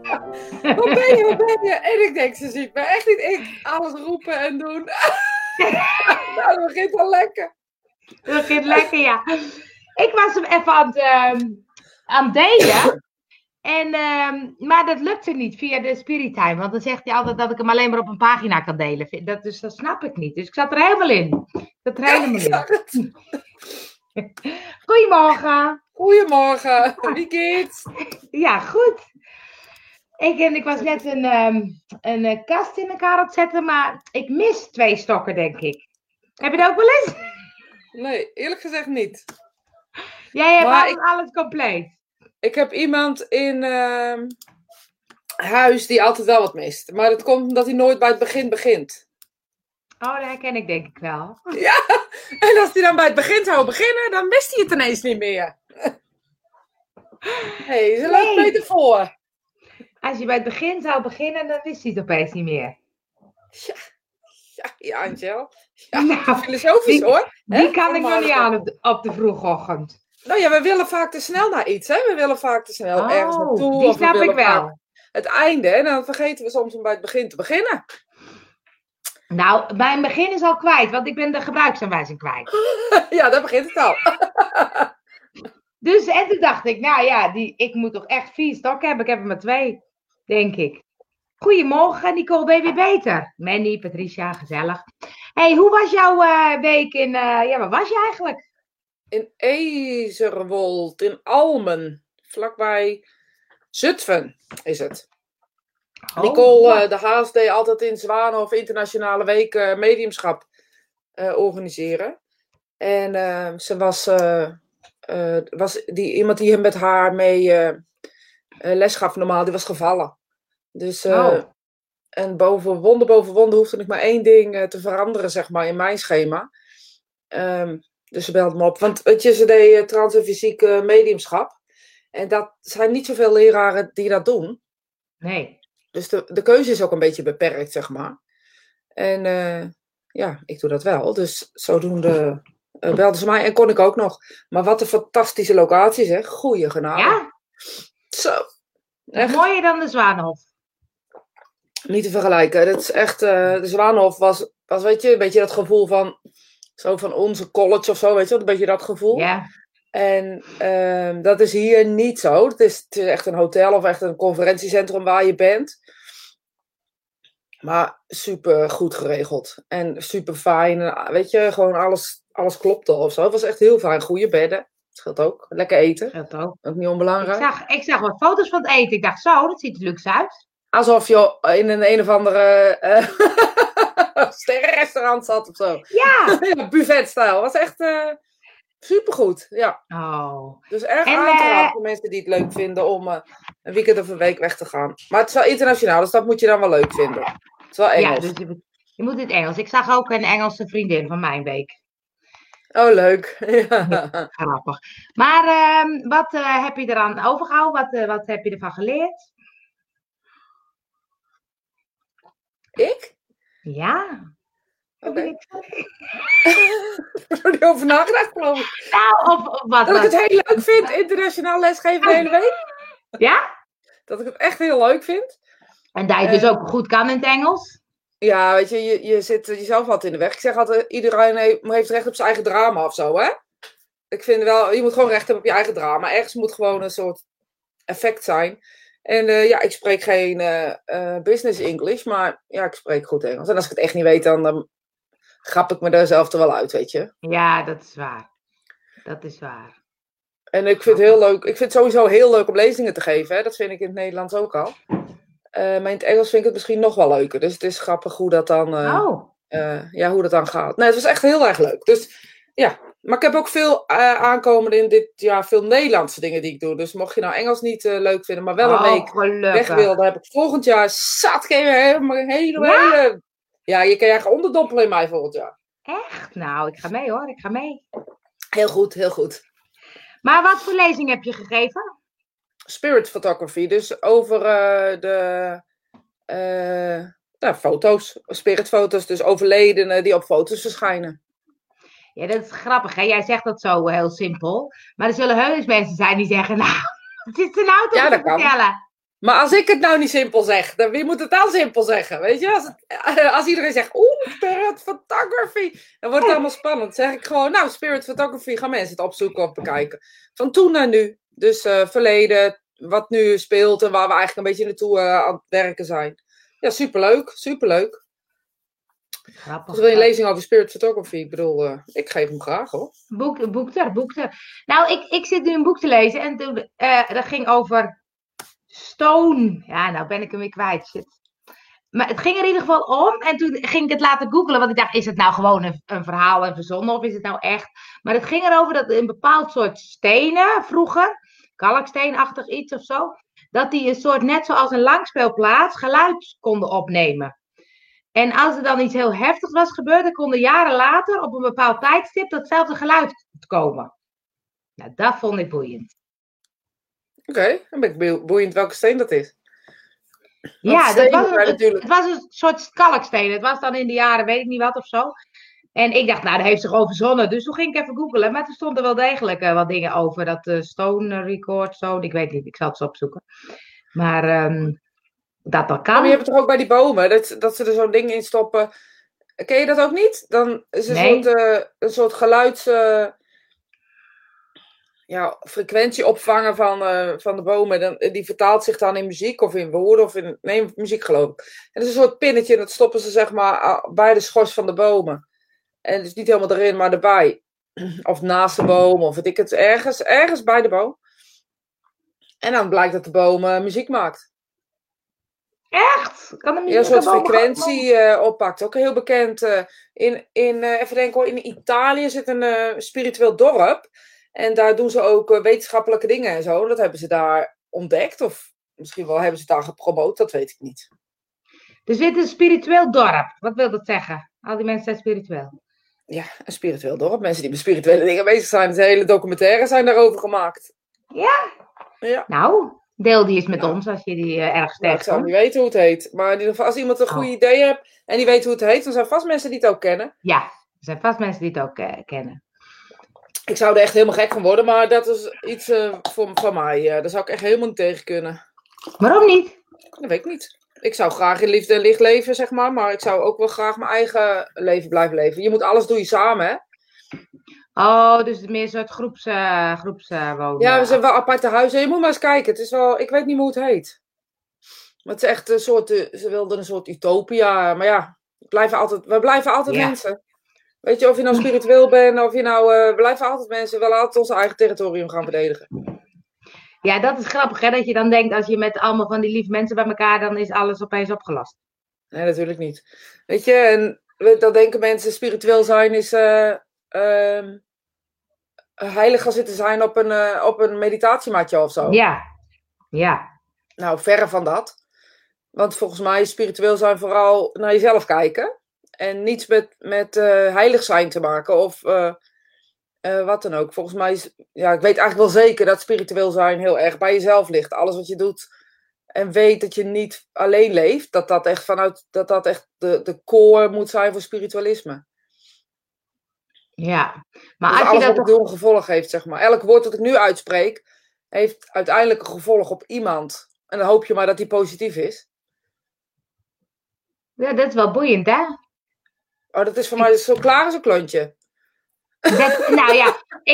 Waar ben je, waar ben je? En ik denk, ze ziet me echt niet. Ik alles roepen en doen. Nou, dat begint al lekker. Dat ging lekker, ja. Ik was hem even aan het delen. En, maar dat lukte niet via de Spirit Time. Want dan zegt hij altijd dat ik hem alleen maar op een pagina kan delen. Dus dat snap ik niet. Dus ik zat er helemaal in. Goedemorgen. Goedemorgen. Wie geht's? Ja, goed. Ik was net een kast in elkaar aan het zetten, maar ik mis 2 stokken, denk ik. Heb je dat ook wel eens? Nee, eerlijk gezegd niet. Jij hebt Maar alles compleet. Ik heb iemand in huis die altijd wel wat mist. Maar dat komt omdat hij nooit bij het begin begint. Oh, dat herken ik denk ik wel. Ja, en als hij dan bij het begin zou beginnen, dan mist hij het ineens niet meer. Nee, ze loopt beter voor. Als je bij het begin zou beginnen, dan wist hij het opeens niet meer. Ja, Angel. Ja, nou, filosofisch hoor. Die kan ik nog niet aan op de vroege ochtend. Nou ja, we willen vaak te snel naar iets. Hè? We willen vaak te snel ergens naartoe. Die snap ik wel. Het einde. En dan vergeten we soms om bij het begin te beginnen. Nou, mijn begin is al kwijt, want ik ben de gebruiksaanwijzing kwijt. Ja, daar begint het al. Dus, en toen dacht ik, nou ja, ik moet toch echt 4 stokken hebben. Ik heb er maar 2, denk ik. Goedemorgen, Nicole, ben je weer beter? Mandy, Patricia, gezellig. Hey, hoe was jouw week in, waar was je eigenlijk? In Ezerwold, in Almen, vlakbij Zutphen is het. Oh, Nicole de Haas deed altijd in Zwanenhof Internationale Week mediumschap organiseren. En ze was iemand die hem met haar mee les gaf normaal, die was gevallen. Dus, en boven wonde hoefde ik maar 1 ding te veranderen, zeg maar, in mijn schema. Dus ze belde me op. Want ze deed trans- en fysiek mediumschap. En dat zijn niet zoveel leraren die dat doen. Nee. Dus de keuze is ook een beetje beperkt, zeg maar. En ik doe dat wel. Dus zodoende belde ze mij en kon ik ook nog. Maar wat een fantastische locatie, zeg. Goeie genade. Ja? Zo. Echt. Mooier dan de Zwanenhof. Niet te vergelijken. Dat is echt, de Zwanenhof was, weet je, een beetje dat gevoel van, zo van onze college of zo, weet je, een beetje dat gevoel. Ja. En dat is hier niet zo. Het is echt een hotel of echt een conferentiecentrum waar je bent. Maar super goed geregeld. En super fijn. Weet je, gewoon alles klopte of zo. Het was echt heel fijn. Goede bedden. Dat scheelt ook. Lekker eten. Dat ook. Ook niet onbelangrijk. Ik zag wat foto's van het eten. Ik dacht zo, dat ziet er luxe uit. Alsof je in een of andere sterrenrestaurant zat of zo. Ja. Buffetstijl. Was echt supergoed. Ja. Oh. Dus erg aan te raden voor mensen die het leuk vinden om een weekend of een week weg te gaan. Maar het is wel internationaal, dus dat moet je dan wel leuk vinden. Het is wel Engels. Ja, dus je moet het Engels. Ik zag ook een Engelse vriendin van mijn week. Oh, leuk. Ja. Grappig. Maar wat heb je eraan overgehouden? Wat heb je ervan geleerd? Ik? Ja. Oké. Ik heb er niet over nagedacht, geloof ik. Nou, of wat? Dat ik het heel leuk vind, internationaal lesgeven de hele week. Ja? Dat ik het echt heel leuk vind. En dat je dus ook goed kan in het Engels? Ja, weet je zit jezelf altijd in de weg. Ik zeg altijd, iedereen heeft recht op zijn eigen drama of zo, hè? Ik vind wel, je moet gewoon recht hebben op je eigen drama. Ergens moet gewoon een soort effect zijn. En ik spreek geen business English, maar ja, ik spreek goed Engels. En als ik het echt niet weet, dan grap ik me daar zelf er wel uit, weet je. Ja, dat is waar. Dat is waar. En ik vind het heel leuk. Ik vind het sowieso heel leuk om lezingen te geven. Hè? Dat vind ik in het Nederlands ook al. Maar in het Engels vind ik het misschien nog wel leuker. Dus het is grappig hoe dat dan, hoe dat dan gaat. Nee, het was echt heel erg leuk. Dus ja, maar ik heb ook veel aankomende in dit jaar, veel Nederlandse dingen die ik doe. Dus mocht je nou Engels niet leuk vinden, maar wel een week weg wil, dan heb ik volgend jaar hele... Ja, je kan je eigen onderdompelen in mij volgend jaar. Echt? Nou, ik ga mee hoor, ik ga mee. Heel goed, heel goed. Maar wat voor lezing heb je gegeven? Spirit photography, dus over foto's, spiritfoto's, dus overledenen die op foto's verschijnen. Ja, dat is grappig, hè? Jij zegt dat zo heel simpel. Maar er zullen heus mensen zijn die zeggen, nou, het is er nou toch te vertellen. Maar als ik het nou niet simpel zeg, dan wie moet het dan simpel zeggen? Weet je, als iedereen zegt, spirit photography, dan wordt het allemaal spannend. Dan zeg ik gewoon, nou, spirit photography, gaan mensen het opzoeken of bekijken. Van toen naar nu. Dus verleden, wat nu speelt en waar we eigenlijk een beetje naartoe aan het werken zijn. Ja, superleuk, superleuk. Grappig. Dus wil je een lezing over spirit photography? Ik bedoel, ik geef hem graag hoor. Boek er. Nou, ik zit nu een boek te lezen en toen, dat ging over stone. Ja, nou ben ik hem weer kwijt. Shit. Maar het ging er in ieder geval om. En toen ging ik het laten googlen. Want ik dacht, is het nou gewoon een verhaal en verzonnen? Of is het nou echt? Maar het ging erover dat een bepaald soort stenen vroeger. Kalksteenachtig iets of zo. Dat die een soort, net zoals een langspeelplaats, geluid konden opnemen. En als er dan iets heel heftigs was gebeurd, dan konden jaren later op een bepaald tijdstip datzelfde geluid komen. Nou, dat vond ik boeiend. Oké, dan ben ik boeiend welke steen dat is. Ja, het was een soort kalksteen. Het was dan in de jaren, weet ik niet wat of zo. En ik dacht, nou, dat heeft zich over verzonnen. Dus toen ging ik even googlen. Maar toen stonden wel degelijk wat dingen over. Dat stone record, stone, ik weet niet. Ik zal het eens opzoeken. Maar dat kan. Maar je hebt het toch ook bij die bomen, dat ze er zo'n ding in stoppen. Ken je dat ook niet? Dan is een soort geluids... frequentie opvangen van de bomen. Die vertaalt zich dan in muziek of in woorden of in... Nee, muziek geloof ik. En dat is een soort pinnetje en dat stoppen ze zeg maar bij de schors van de bomen. En dus niet helemaal erin, maar erbij. Of naast de boom, of weet ik het. Ergens bij de boom. En dan blijkt dat de boom muziek maakt. Echt? Kan de muziek een soort frequentie oppakt. Ook heel bekend. Even denken hoor, in Italië zit een spiritueel dorp. En daar doen ze ook wetenschappelijke dingen en zo. Dat hebben ze daar ontdekt. Of misschien wel hebben ze het daar gepromoot. Dat weet ik niet. Dus dit is een spiritueel dorp. Wat wil dat zeggen? Al die mensen zijn spiritueel. Ja, een spiritueel dorp. Mensen die met spirituele dingen bezig zijn. De hele documentaires zijn daarover gemaakt. Ja? Nou, deel die eens met ons als je die ergens tegenkomt. Ik zou niet weten hoe het heet. Maar in ieder geval, als iemand een goed idee hebt en die weet hoe het heet, dan zijn vast mensen die het ook kennen. Ja, er zijn vast mensen die het ook kennen. Ik zou er echt helemaal gek van worden, maar dat is iets van mij. Daar zou ik echt helemaal niet tegen kunnen. Waarom niet? Dat weet ik niet. Ik zou graag in liefde en licht leven, zeg maar ik zou ook wel graag mijn eigen leven blijven leven. Je moet alles doe je samen, hè? Oh, dus meer een soort groepswonen. Ja, we zijn wel aparte huizen. Je moet maar eens kijken. Het is wel, ik weet niet hoe het heet. Maar het is echt een soort, ze wilden een soort utopia. Maar ja, we blijven altijd mensen. Weet je, of je nou spiritueel bent, of je nou... we blijven altijd mensen, we willen altijd ons eigen territorium gaan verdedigen. Ja, dat is grappig, hè? Dat je dan denkt, als je met allemaal van die lieve mensen bij elkaar, dan is alles opeens opgelost. Nee, natuurlijk niet. Weet je, en dan denken mensen, spiritueel zijn is heilig gaan zitten zijn op een meditatiematje of zo. Ja. Nou, verre van dat. Want volgens mij is spiritueel zijn vooral naar jezelf kijken. En niets met heilig zijn te maken of wat dan ook. Volgens mij is, ik weet eigenlijk wel zeker dat spiritueel zijn heel erg bij jezelf ligt. Alles wat je doet en weet dat je niet alleen leeft, dat echt de core moet zijn voor spiritualisme. Ja, maar dus als alles je dat wat ik doe een gevolg heeft, zeg maar. Elk woord dat ik nu uitspreek, heeft uiteindelijk een gevolg op iemand. En dan hoop je maar dat die positief is. Ja, dat is wel boeiend, hè? Oh, dat is voor mij zo klaar als een klontje. Nou ja,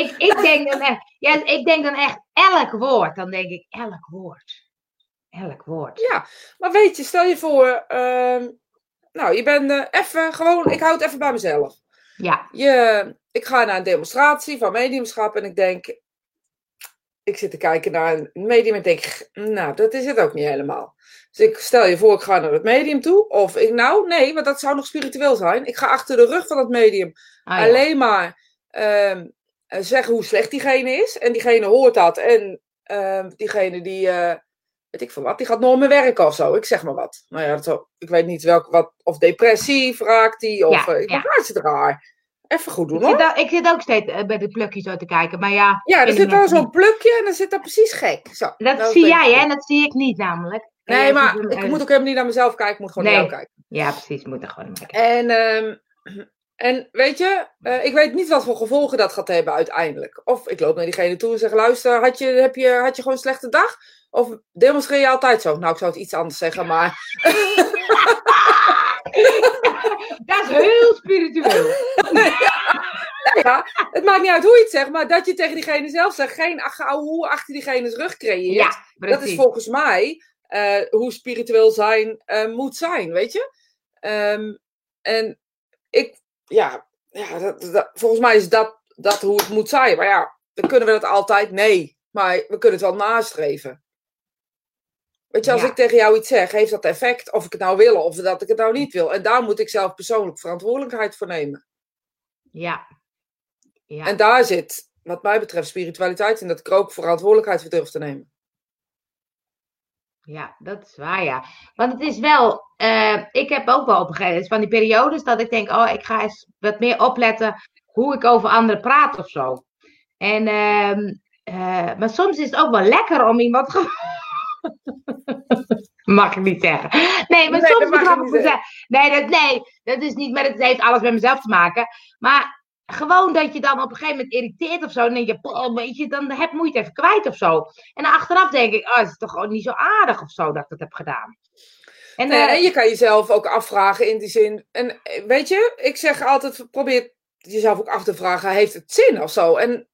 ik denk dan echt elk woord. Dan denk ik elk woord. Elk woord. Ja, maar weet je, stel je voor, je bent even gewoon, ik hou het even bij mezelf. Ja. Ik ga naar een demonstratie van mediumschap en ik denk, ik zit te kijken naar een medium en denk, nou, dat is het ook niet helemaal. Dus ik stel je voor, ik ga naar het medium toe. Of nee, want dat zou nog spiritueel zijn. Ik ga achter de rug van het medium alleen maar zeggen hoe slecht diegene is. En diegene hoort dat. En diegene die, weet ik veel wat, die gaat nooit meer werken of zo. Ik zeg maar wat. Nou ja, ik weet niet of depressief raakt die. Of is het raar. Even goed doen, hoor. Ik zit ook steeds bij de plukjes zo te kijken, maar ja... Ja, er zit wel zo'n plukje en dan zit dat precies gek. Zo, dat zie jij, hè? Dat zie ik niet, namelijk. Nee, maar ik moet ook helemaal niet naar mezelf kijken, ik moet gewoon naar jou kijken. Ja, precies, moet er gewoon naar kijken. En En weet je, ik weet niet wat voor gevolgen dat gaat hebben uiteindelijk. Of ik loop naar diegene toe en zeg, luister, had je gewoon een slechte dag? Of demonstreer je altijd zo? Nou, ik zou het iets anders zeggen, maar... Dat is heel spiritueel. Ja, het maakt niet uit hoe je het zegt, maar dat je tegen diegene zelf zegt, geen hoe achter diegene's rug creëert. Ja, dat is volgens mij hoe spiritueel zijn moet zijn, weet je? En ik, volgens mij is dat hoe het moet zijn. Maar ja, dan kunnen we dat altijd? Nee, maar we kunnen het wel nastreven. Weet je, als ik tegen jou iets zeg, heeft dat effect of ik het nou wil of dat ik het nou niet wil. En daar moet ik zelf persoonlijk verantwoordelijkheid voor nemen. Ja. En daar zit, wat mij betreft, spiritualiteit in, dat ik er ook verantwoordelijkheid voor durf te nemen. Ja, dat is waar, ja. Want het is wel, ik heb ook wel op een gegeven moment van die periodes dat ik denk, ik ga eens wat meer opletten hoe ik over anderen praat of zo. En, maar soms is het ook wel lekker om iemand mag ik niet zeggen. Nee, maar soms mag ik niet zeggen. Nee, dat is niet, maar het heeft alles met mezelf te maken. Maar gewoon dat je dan op een gegeven moment irriteert of zo. Dan denk je, weet je, dan moet je het even kwijt of zo. En dan achteraf denk ik, het is toch gewoon niet zo aardig of zo dat ik het heb gedaan. En je kan jezelf ook afvragen in die zin. En weet je, ik zeg altijd, probeer jezelf ook af te vragen, heeft het zin of zo? En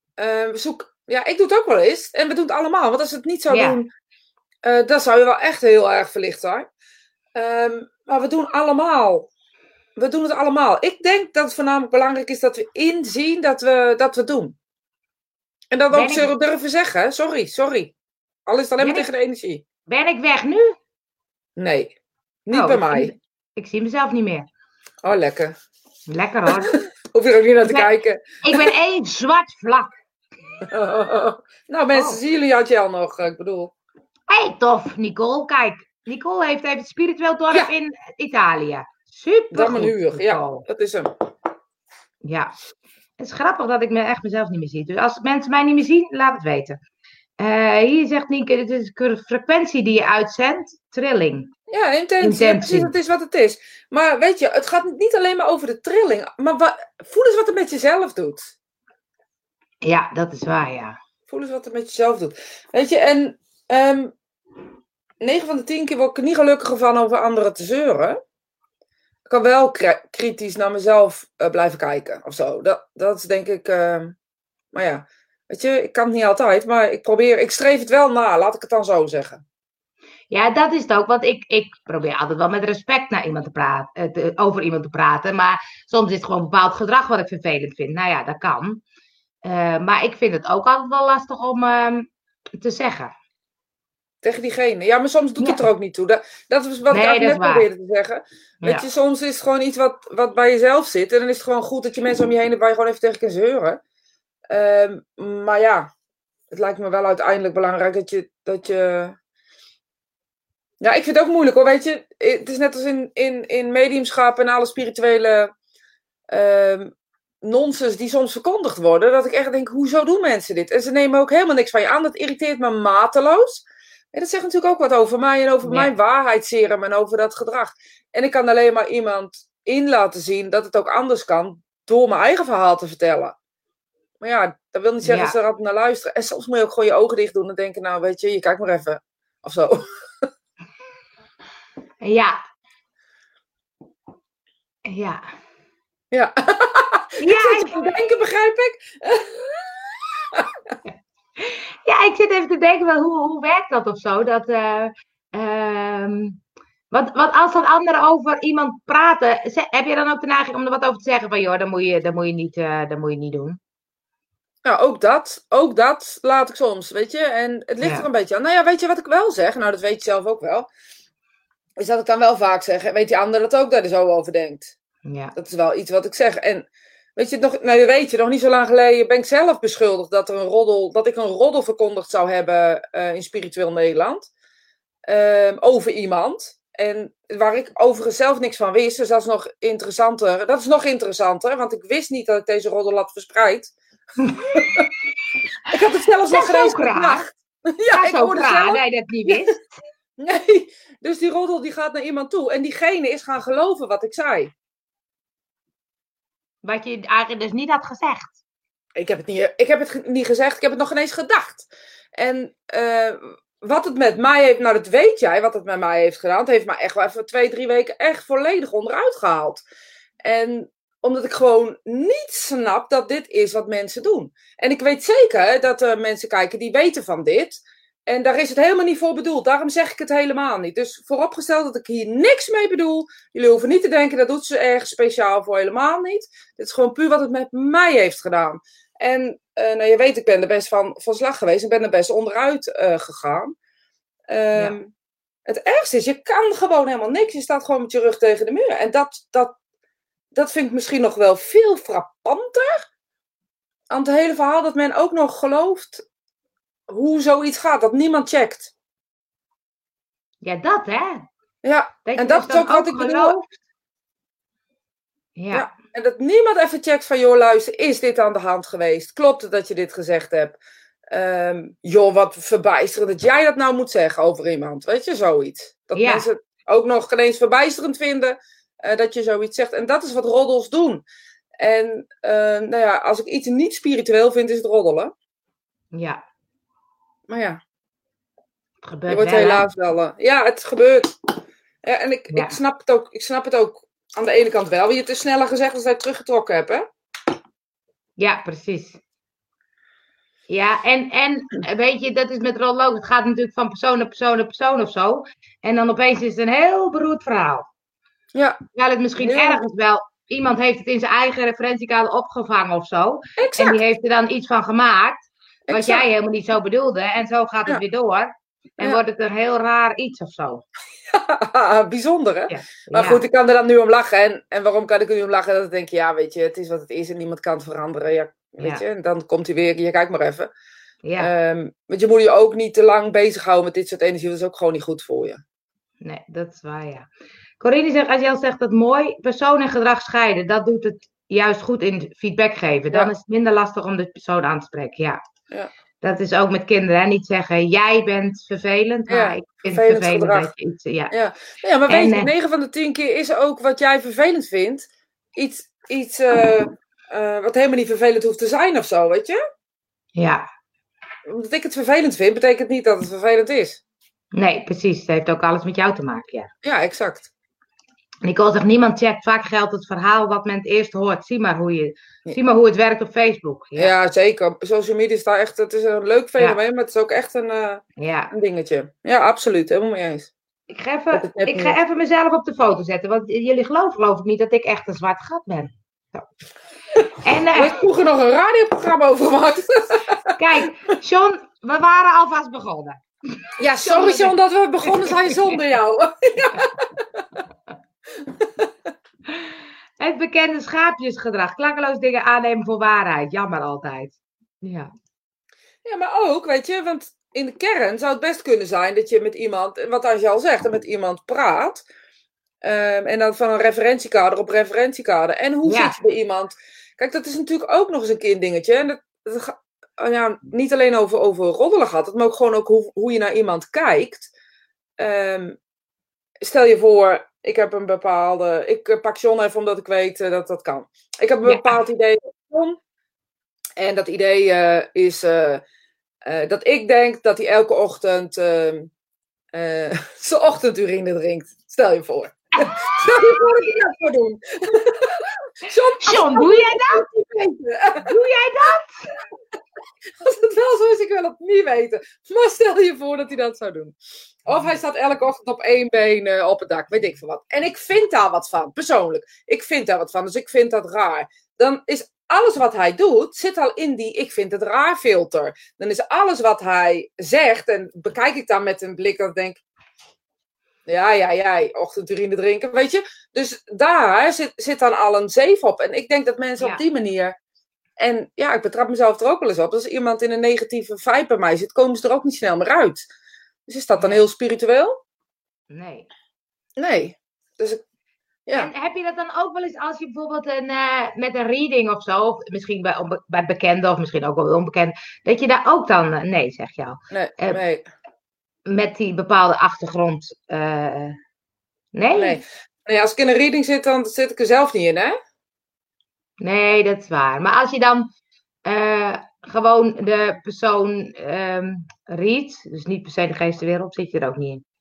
ik doe het ook wel eens. En we doen het allemaal. Want als we het niet zou doen, dan zou je wel echt heel erg verlicht zijn. Maar we doen allemaal. We doen het allemaal. Ik denk dat het voornamelijk belangrijk is dat we inzien dat we doen. En dat we ook zullen durven zeggen. Sorry. Al is het alleen maar tegen de energie. Ben ik weg nu? Nee, niet bij mij. Ik zie mezelf niet meer. Oh, lekker. Lekker hoor. Hoef je er ook niet naar te kijken. Ik ben één zwart vlak. Nou mensen, zien jullie Adjel nog? Ik bedoel. Hey, tof, Nicole. Kijk, Nicole heeft even het spiritueel dorp in Italië. Super. Dat menuur, ja, dat is hem. Ja, het is grappig dat ik echt mezelf niet meer zie. Dus als mensen mij niet meer zien, laat het weten. Hier zegt Nienke, het is een frequentie die je uitzendt. Trilling. Ja, intentie. Ja, precies, dat is wat het is. Maar weet je, het gaat niet alleen maar over de trilling. Maar voel eens wat het met jezelf doet. Ja, dat is waar, ja. Voel eens wat het met jezelf doet. Weet je, en 9 van de 10 keer word ik er niet gelukkiger van over anderen te zeuren. Ik kan wel kritisch naar mezelf blijven kijken of zo. Dat is denk ik... maar ja, weet je, ik kan het niet altijd, maar ik streef het wel na, laat ik het dan zo zeggen. Ja, dat is het ook, want ik probeer altijd wel met respect naar iemand te praten, over iemand te praten, maar soms is het gewoon bepaald gedrag wat ik vervelend vind. Nou ja, dat kan. Maar ik vind het ook altijd wel lastig om te zeggen. Tegen diegene. Ja, maar soms doet het er ook niet toe. Dat is wat ik eigenlijk net probeerde te zeggen. Weet je, soms is het gewoon iets wat bij jezelf zit. En dan is het gewoon goed dat je mensen om je heen hebt waar je gewoon even tegen kan zeuren. Maar ja, het lijkt me wel uiteindelijk belangrijk dat je... Ja, ik vind het ook moeilijk hoor. Weet je, het is net als in mediumschap en alle spirituele nonsens die soms verkondigd worden. Dat ik echt denk, hoezo doen mensen dit? En ze nemen ook helemaal niks van je aan. Dat irriteert me mateloos. En dat zegt natuurlijk ook wat over mij en over mijn waarheidsserum en over dat gedrag. En ik kan alleen maar iemand in laten zien dat het ook anders kan door mijn eigen verhaal te vertellen. Maar ja, dat wil niet zeggen dat ze er altijd naar luisteren. En soms moet je ook gewoon je ogen dicht doen en denken, nou weet je kijkt maar even. Of zo. Ja. Ja. Ja. Ik zit te denken, begrijp ik? Ja, ik zit even te denken, wel, hoe werkt dat of zo? Want als dan anderen over iemand praten, heb je dan ook de neiging om er wat over te zeggen? Van joh, dat moet je niet doen. Nou, ook dat laat ik soms, weet je. En het ligt er een beetje aan. Nou ja, weet je wat ik wel zeg? Nou, dat weet je zelf ook wel. Is dat ik dan wel vaak zeg, weet die ander dat ook daar zo over denkt? Ja. Dat is wel iets wat ik zeg. En weet je, nog niet zo lang geleden ben ik zelf beschuldigd dat ik een roddel verkondigd zou hebben in spiritueel Nederland. Over iemand. En waar ik overigens zelf niks van wist. Dus dat is nog interessanter. Want ik wist niet dat ik deze roddel had verspreid. Ik had het zelfs nog gelezen gedacht. Ja, ik hoorde zelf dat je dat niet wist. Nee, dus die roddel die gaat naar iemand toe. En diegene is gaan geloven wat ik zei. Wat je eigenlijk dus niet had gezegd. Ik heb het niet gezegd, ik heb het nog ineens gedacht. En wat het met mij heeft, nou dat weet jij, wat het met mij heeft gedaan. Het heeft mij echt wel even 2-3 weken echt volledig onderuit gehaald. En omdat ik gewoon niet snap dat dit is wat mensen doen. En ik weet zeker dat er mensen kijken die weten van dit. En daar is het helemaal niet voor bedoeld. Daarom zeg ik het helemaal niet. Dus vooropgesteld dat ik hier niks mee bedoel. Jullie hoeven niet te denken, dat doet ze ergens speciaal voor, helemaal niet. Dit is gewoon puur wat het met mij heeft gedaan. En nou, je weet, ik ben er best van slag geweest. En ben er best onderuit gegaan. Het ergste is, je kan gewoon helemaal niks. Je staat gewoon met je rug tegen de muur. En dat vind ik misschien nog wel veel frappanter aan het hele verhaal. Dat men ook nog gelooft hoe zoiets gaat. Dat niemand checkt. Ja, dat hè. Ja, en dat is ook wat ik bedoel. Ja, en dat niemand even checkt van, joh, luister, is dit aan de hand geweest? Klopt het dat je dit gezegd hebt? Joh, wat verbijsterend dat jij dat nou moet zeggen over iemand. Weet je, zoiets. Dat mensen het ook nog ineens verbijsterend vinden dat je zoiets zegt. En dat is wat roddels doen. En nou ja, als ik iets niet spiritueel vind, is het roddelen. Ja. Maar ja. Het gebeurt je wordt wel, helaas wel. Ja, het gebeurt. Ja, en ik snap het ook. Ik snap het ook aan de ene kant wel. Je hebt het sneller gezegd als hij het teruggetrokken hebt, hè? Ja, precies. Ja, en weet je, dat is met roddelen ook. Het gaat natuurlijk van persoon naar persoon naar persoon of zo. En dan opeens is het een heel beroerd verhaal. Ja. Terwijl het misschien ergens wel... Iemand heeft het in zijn eigen referentiekader opgevangen of zo. Exact. En die heeft er dan iets van gemaakt. Wat jij helemaal niet zo bedoelde. En zo gaat het weer door. En wordt het een heel raar iets of zo. Ja, bijzonder, hè? Ja. Maar goed, ik kan er dan nu om lachen. En waarom kan ik er nu om lachen? Dat ik denk, ja, weet je, het is wat het is en niemand kan het veranderen. Ja, weet je, en dan komt hij weer, je kijkt maar even. Ja. Want je moet je ook niet te lang bezighouden met dit soort energie. Dat is ook gewoon niet goed voor je. Nee, dat is waar, ja. Corine zegt, als jij zegt dat mooi, persoon en gedrag scheiden, dat doet het juist goed in feedback geven. Dan is het minder lastig om de persoon aan te spreken, ja. Dat is ook met kinderen, hè? Niet zeggen, jij bent vervelend, maar ik vind het vervelend dat je iets... Ja, maar weet je, 9 van de 10 keer is ook wat jij vervelend vindt, iets wat helemaal niet vervelend hoeft te zijn of zo, weet je? Ja. Omdat ik het vervelend vind, betekent niet dat het vervelend is. Nee, precies. Het heeft ook alles met jou te maken, ja. Ja, exact. Nicole zegt, niemand checkt. Vaak geldt het verhaal wat men het eerst hoort. Zie maar hoe het werkt op Facebook. Ja, zeker. Social media is daar echt, het is een leuk fenomeen, maar het is ook echt een dingetje. Ja, absoluut. Helemaal mee eens. Ik ga even mezelf op de foto zetten, want jullie geloof ik niet dat ik echt een zwart gat ben. Zo. En, er is vroeger nog een radioprogramma over gemaakt. Kijk, John, we waren alvast begonnen. Ja, sorry John dat we begonnen zijn zonder jou. Het bekende schaapjesgedrag. Klakkeloos dingen aannemen voor waarheid. Jammer altijd. Ja. Ja, maar ook, weet je, want in de kern zou het best kunnen zijn dat je met iemand, wat als je al zegt, met iemand praat. En dan van een referentiekader op referentiekader. En hoe zit je bij iemand? Kijk, dat is natuurlijk ook nog eens een keer een dingetje. En dat niet alleen over roddelen gaat het, maar ook gewoon hoe je naar iemand kijkt. Stel je voor, ik heb een bepaalde... Ik pak John even omdat ik weet dat dat kan. Ik heb een bepaald idee van John. En dat idee is dat ik denk dat hij elke ochtend zijn ochtendurine drinkt. Stel je voor. Stel je voor dat ik dat zou doen. John, doe jij dat? Doe jij dat? Als het wel zo is, ik wil het niet weten. Maar stel je voor dat hij dat zou doen. Of hij staat elke ochtend op 1 been op het dak, weet ik veel wat. En ik vind daar wat van, persoonlijk. Ik vind daar wat van, dus ik vind dat raar. Dan is alles wat hij doet, zit al in die ik vind het raar filter. Dan is alles wat hij zegt, en bekijk ik dan met een blik dat ik denk... Ja, ochtendurine drinken, weet je. Dus daar zit dan al een zeef op. En ik denk dat mensen op die manier... En ja, ik betrap mezelf er ook wel eens op. Als iemand in een negatieve vibe bij mij zit, komen ze er ook niet snel meer uit. Dus is dat dan heel spiritueel? Nee. Dus En heb je dat dan ook wel eens als je bijvoorbeeld met een reading of zo, of misschien bij bekenden of misschien ook wel onbekend, dat je daar ook dan nee zeg je al. Nee. Met die bepaalde achtergrond. Nee, als ik in een reading zit, dan zit ik er zelf niet in, hè? Nee, dat is waar. Maar als je dan gewoon de persoon readt, dus niet per se de geestenwereld, zit je er ook niet in.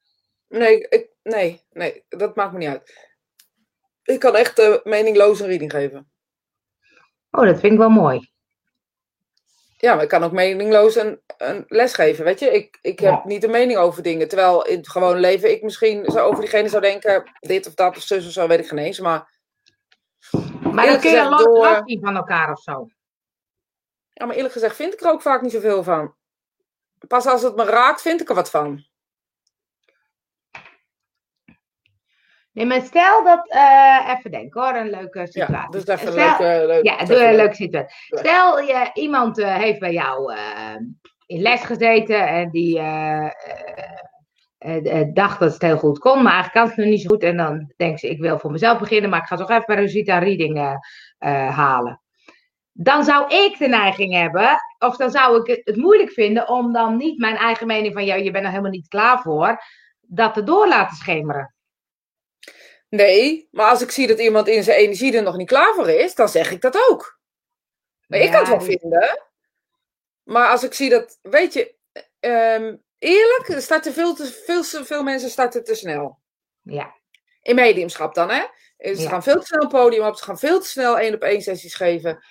Nee, dat maakt me niet uit. Ik kan echt meningloos een reading geven. Oh, dat vind ik wel mooi. Ja, maar ik kan ook meningloos een les geven, weet je. Ik heb niet een mening over dingen. Terwijl in het gewone leven ik misschien zo over diegene zou denken, dit of dat of zus of zo, weet ik geen eens. Maar dan kun je gezegd, los zien van elkaar of zo. Ja, maar eerlijk gezegd vind ik er ook vaak niet zoveel van. Pas als het me raakt, vind ik er wat van. Nee, maar stel dat, even denken hoor, een leuke situatie. Ja, dus even leuk. Ja, doe een leuke situatie. Stel, iemand heeft bij jou in les gezeten en die dacht dat het heel goed kon, maar eigenlijk kan het nog niet zo goed. En dan denkt ze, ik wil voor mezelf beginnen, maar ik ga toch even bij Rosita Reading halen. Dan zou ik de neiging hebben, of dan zou ik het moeilijk vinden om dan niet mijn eigen mening van, je bent er helemaal niet klaar voor, dat erdoor laten schemeren. Nee, maar als ik zie dat iemand in zijn energie er nog niet klaar voor is, dan zeg ik dat ook. Maar ik kan het wel vinden. Maar als ik zie dat, weet je, eerlijk, er starten veel mensen starten te snel. Ja. In mediumschap dan, hè? Ze gaan veel te snel een podium op, ze gaan veel te snel 1-op-1 sessies geven.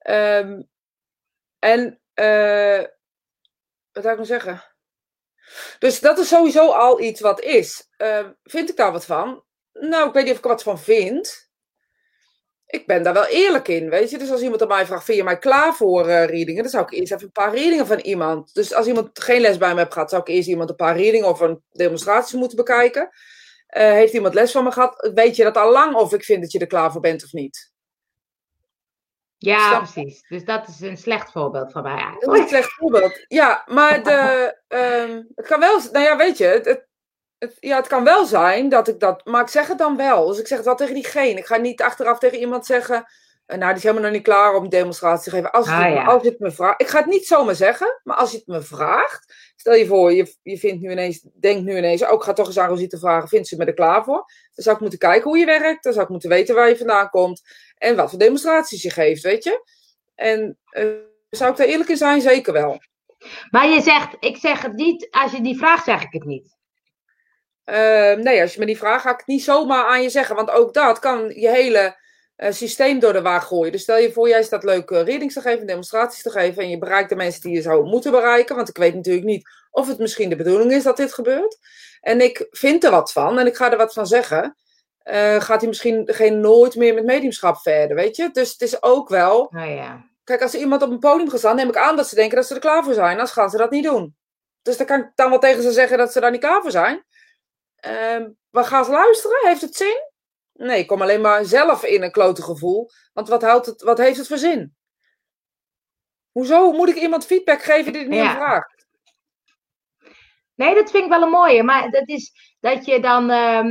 Wat zou ik nou zeggen? Dus dat is sowieso al iets wat is. Vind ik daar wat van? Nou, ik weet niet of ik er wat van vind. Ik ben daar wel eerlijk in, weet je. Dus als iemand aan mij vraagt, vind je mij klaar voor readingen? Dan zou ik eerst even een paar readingen van iemand. Dus als iemand geen les bij me heeft gehad, zou ik eerst iemand een paar readingen of een demonstratie moeten bekijken. Heeft iemand les van me gehad? Weet je dat al lang of ik vind dat je er klaar voor bent of niet? Ja, precies. Dus dat is een slecht voorbeeld van mij eigenlijk. Dat is een slecht voorbeeld. Ja, maar het kan wel... Nou ja, weet je, het kan wel zijn dat ik dat... Maar ik zeg het dan wel. Dus ik zeg het wel tegen diegene. Ik ga niet achteraf tegen iemand zeggen... Nou, die is helemaal nog niet klaar om een demonstratie te geven. Als je het me vraagt... Ik ga het niet zomaar zeggen, maar als je het me vraagt... Stel je voor, je denkt nu ineens... Oh, ik ga toch eens aan Rosita vragen, vindt ze me er klaar voor? Dan zou ik moeten kijken hoe je werkt. Dan zou ik moeten weten waar je vandaan komt. En wat voor demonstraties je geeft, weet je? En zou ik daar eerlijk in zijn? Zeker wel. Maar je zegt, ik zeg het niet... Als je die vraagt, zeg ik het niet. Nee, als je me die vraagt, ga ik het niet zomaar aan je zeggen. Want ook dat kan je hele systeem door de waag gooien. Dus stel je voor, jij staat leuk readings te geven, demonstraties te geven. En je bereikt de mensen die je zou moeten bereiken. Want ik weet natuurlijk niet of het misschien de bedoeling is dat dit gebeurt. En ik vind er wat van en ik ga er wat van zeggen. Gaat hij misschien nooit meer met mediumschap verder, weet je? Dus het is ook wel... Kijk, als er iemand op een podium gaat staan, neem ik aan dat ze denken dat ze er klaar voor zijn. Anders gaan ze dat niet doen. Dus dan kan ik dan wel tegen ze zeggen dat ze daar niet klaar voor zijn. Maar gaan ze luisteren? Heeft het zin? Nee, ik kom alleen maar zelf in een klote gevoel. Want wat heeft het voor zin? Hoezo moet ik iemand feedback geven die er niet om vraagt? Nee, dat vind ik wel een mooie. Maar dat is dat je dan...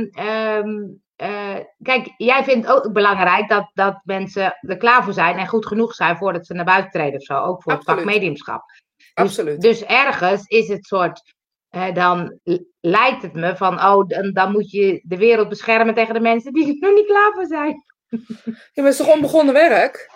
kijk, jij vindt ook belangrijk dat mensen er klaar voor zijn en goed genoeg zijn voordat ze naar buiten treden of zo. Ook voor het vak mediumschap. Absoluut. Dus ergens is het soort... dan lijkt het me van, dan moet je de wereld beschermen tegen de mensen die er nog niet klaar voor zijn. Ja, maar het is toch onbegonnen werk?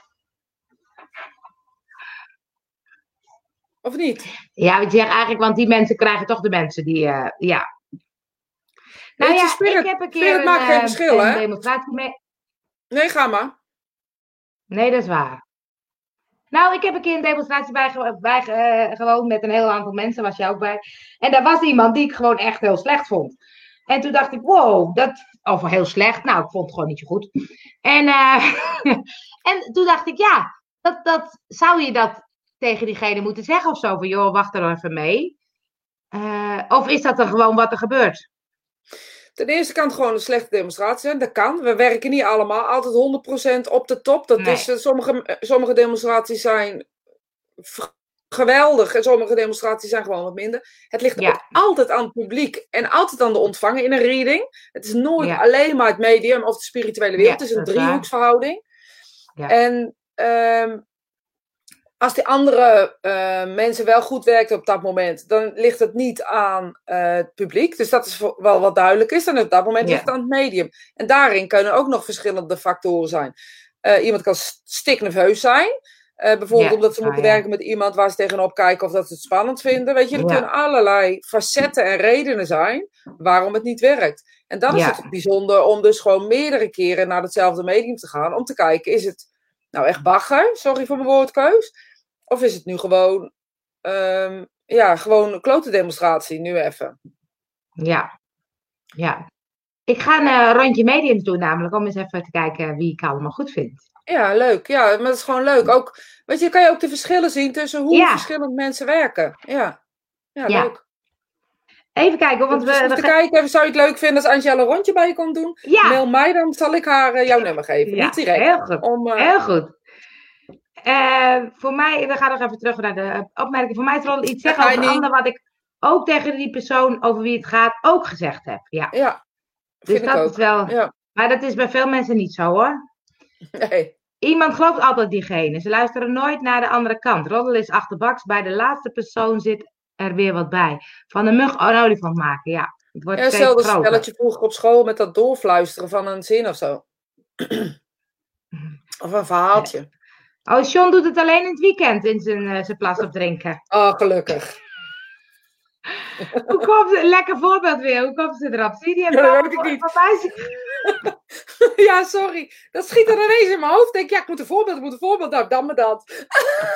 Of niet? Ja, ik zeg eigenlijk, want die mensen krijgen toch de mensen die, ja. Nou ja, ik heb een keer het maakt geen verschil, een demonstratie mee. Nee, ga maar. Nee, dat is waar. Nou, ik heb een keer een demonstratie bij gewoond met een heel aantal mensen, was je ook bij. En daar was iemand die ik gewoon echt heel slecht vond. En toen dacht ik, wow, of heel slecht. Nou, ik vond het gewoon niet zo goed. En, en toen dacht ik, ja, zou je dat tegen diegene moeten zeggen of zo? Van, joh, wacht er even mee. Of is dat er gewoon wat er gebeurt? Ten eerste kan het gewoon een slechte demonstratie zijn. Dat kan. We werken niet allemaal altijd 100% op de top. Dat is, sommige demonstraties zijn geweldig en sommige demonstraties zijn gewoon wat minder. Het ligt ook altijd aan het publiek en altijd aan de ontvanger in een reading. Het is nooit alleen maar het medium of de spirituele wereld. Het is een driehoeksverhouding. Ja. En als die andere mensen wel goed werken op dat moment, dan ligt het niet aan het publiek. Dus dat is wel wat duidelijk is. En op dat moment ligt het aan het medium. En daarin kunnen ook nog verschillende factoren zijn. Iemand kan stiknerveus zijn. Bijvoorbeeld omdat ze moeten werken met iemand waar ze tegenop kijken of dat ze het spannend vinden. Weet je, er kunnen allerlei facetten en redenen zijn waarom het niet werkt. En dan is het bijzonder om dus gewoon meerdere keren naar hetzelfde medium te gaan. Om te kijken, is het nou echt bagger? Sorry voor mijn woordkeus. Of is het nu gewoon, gewoon een klote demonstratie, nu even. Ja. Ik ga een rondje mediums doen namelijk, om eens even te kijken wie ik allemaal goed vind. Ja, leuk. Ja, maar dat is gewoon leuk. Ook, weet je, kan je ook de verschillen zien tussen hoe verschillend mensen werken. Ja, leuk. Even kijken, want te kijken, zou je het leuk vinden als Angela een rondje bij je komt doen? Ja. Mail mij, dan zal ik haar jouw nummer geven. Ja, niet direct. Heel goed. Heel goed. Voor mij, we gaan nog even terug naar de opmerking. Voor mij is er al iets zeggen over een ander wat ik ook tegen die persoon over wie het gaat ook gezegd heb. Ja. Dus dat is wel. Ja. Maar dat is bij veel mensen niet zo, hoor. Nee. Iemand gelooft altijd diegene. Ze luisteren nooit naar de andere kant. Roddel is achterbaks. Bij de laatste persoon zit er weer wat bij. Van een mug een olifant maken, ja. Het wordt steeds groter. Hetzelfde spelletje vroeger op school met dat doorfluisteren van een zin of zo. Of een verhaaltje. Oh, John doet het alleen in het weekend in zijn plas op drinken. Oh, gelukkig. Hoe komt het? Lekker voorbeeld weer. Hoe komt ze erop? Zie je die? Dat weet ik niet. Ja, sorry. Dat schiet er ineens in mijn hoofd. Denk ik, ik moet een voorbeeld. Nou, dan maar dat.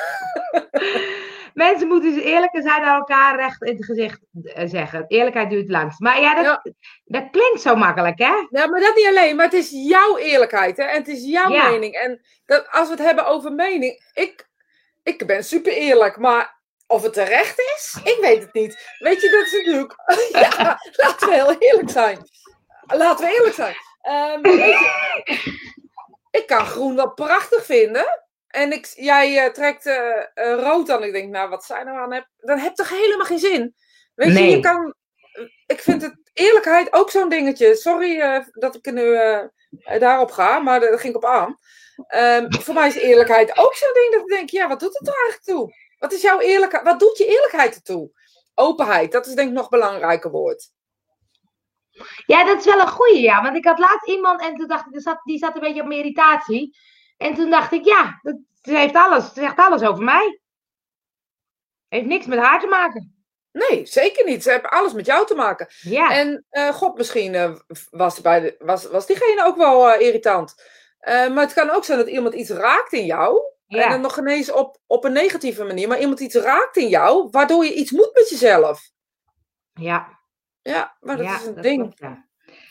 Mensen moeten dus eerlijk zijn naar elkaar recht in het gezicht zeggen. Eerlijkheid duurt langst. Maar dat klinkt zo makkelijk, hè? Ja, maar dat niet alleen. Maar het is jouw eerlijkheid, hè? En het is jouw mening. En als we het hebben over mening. Ik ben super eerlijk, maar of het terecht is, ik weet het niet. Weet je, dat is natuurlijk... laten we heel eerlijk zijn. Weet je, ik kan groen wel prachtig vinden. En jij trekt rood aan. Ik denk, nou, wat zij nou aan hebt. Dan heb je toch helemaal geen zin. Weet je, je kan... Ik vind het eerlijkheid ook zo'n dingetje. Sorry dat ik er nu daarop ga, maar daar ging ik op aan. Voor mij is eerlijkheid ook zo'n ding dat ik denk, ja, wat doet het er eigenlijk toe? Wat is jouw eerlijkheid? Wat doet je eerlijkheid ertoe? Openheid, dat is denk ik nog een belangrijker woord. Ja, dat is wel een goeie, ja. Want ik had laatst iemand en toen dacht ik, die zat een beetje op mijn irritatie. En toen dacht ik, ja, ze zegt alles over mij. Heeft niks met haar te maken. Nee, zeker niet. Ze hebben alles met jou te maken. Ja. En misschien was diegene ook wel irritant. Maar het kan ook zijn dat iemand iets raakt in jou. Ja. En dan nog ineens op een negatieve manier. Maar iemand iets raakt in jou, waardoor je iets moet met jezelf. Ja. Ja, maar dat is een ding. Klopt,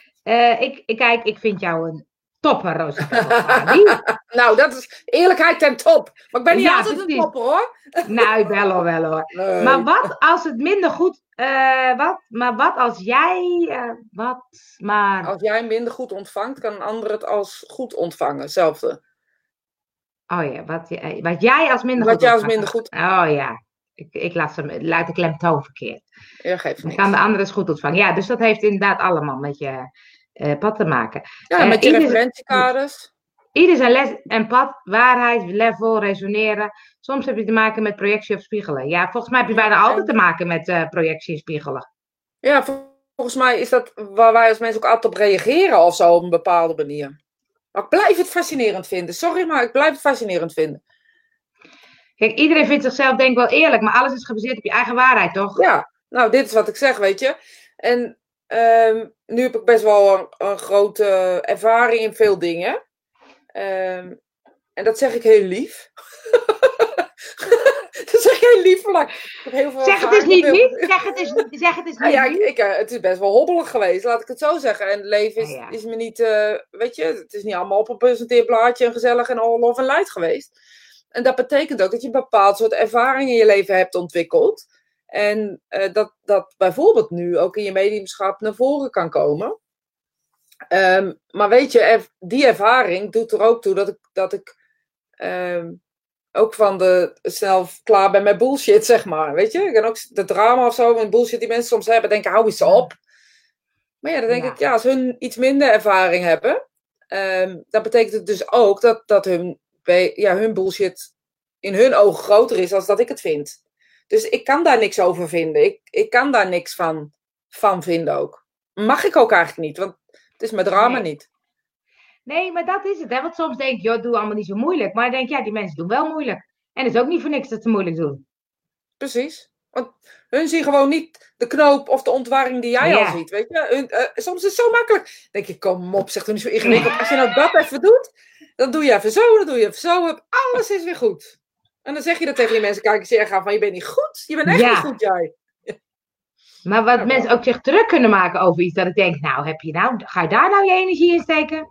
ja. Ik vind jou een topper, Roosje. Nou, dat is eerlijkheid ten top. Maar ik ben niet altijd een topper, hoor. Nou, wel hoor. Nee. Maar wat als het minder goed... wat als jij... Als jij minder goed ontvangt, kan een ander het als goed ontvangen. Hetzelfde. Oh ja, wat jij als minder goed... Wat jij als minder goed... Oh ja. Ik laat de klemtoon verkeerd. Ja, geeft niks. Dan kan de ander het goed ontvangen. Ja, dus dat heeft inderdaad allemaal met je pad te maken. Ja, met je referentiekaders. Ieder zijn les en pad, waarheid, level, resoneren. Soms heb je te maken met projectie of spiegelen. Ja, volgens mij heb je bijna altijd te maken met projectie en spiegelen. Ja, volgens mij is dat waar wij als mensen ook altijd op reageren of zo op een bepaalde manier. Maar ik blijf het fascinerend vinden. Sorry, maar ik blijf het fascinerend vinden. Kijk, iedereen vindt zichzelf denk ik wel eerlijk, maar alles is gebaseerd op je eigen waarheid, toch? Ja, nou, dit is wat ik zeg, weet je. En nu heb ik best wel een grote ervaring in veel dingen. En dat zeg ik heel lief. Dat zeg ik heel lief. Zeg het eens niet lief. Zeg het eens niet lief. Het is best wel hobbelig geweest, laat ik het zo zeggen. En het leven is me niet, weet je, het is niet allemaal op een presenteerblaadje en gezellig en all love and light geweest. En dat betekent ook dat je een bepaald soort ervaring in je leven hebt ontwikkeld. En dat bijvoorbeeld nu ook in je mediumschap naar voren kan komen. Maar weet je, die ervaring doet er ook toe dat ik ook snel klaar ben met bullshit, zeg maar. Weet je, ik kan ook de drama of zo en bullshit die mensen soms hebben, denken, hou eens op. Maar ja, dan denk ik, als hun iets minder ervaring hebben, dat betekent het dus ook dat hun bullshit in hun ogen groter is dan dat ik het vind. Dus ik kan daar niks over vinden. Ik kan daar niks van vinden ook. Mag ik ook eigenlijk niet, want het is mijn drama niet. Nee, maar dat is het. Hè? Want soms denk je, joh, doe allemaal niet zo moeilijk. Maar dan denk je, ja, die mensen doen wel moeilijk. En het is ook niet voor niks dat ze moeilijk doen. Precies. Want hun zien gewoon niet de knoop of de ontwarring die jij al Ja. ziet. Weet je? Soms is het zo makkelijk. Dan denk je, kom op, zeg toch niet zo ingewikkeld. Als je nou dat even doet, dan doe je even zo, dan doe je even zo. Alles is weer goed. En dan zeg je dat tegen die mensen, kijk eens hier gaan van, je bent niet goed. Je bent echt niet Ja. goed, jij. Maar wat Ja, mensen ook zich druk kunnen maken over iets, dat ik denk, nou, ga je daar nou je energie in steken?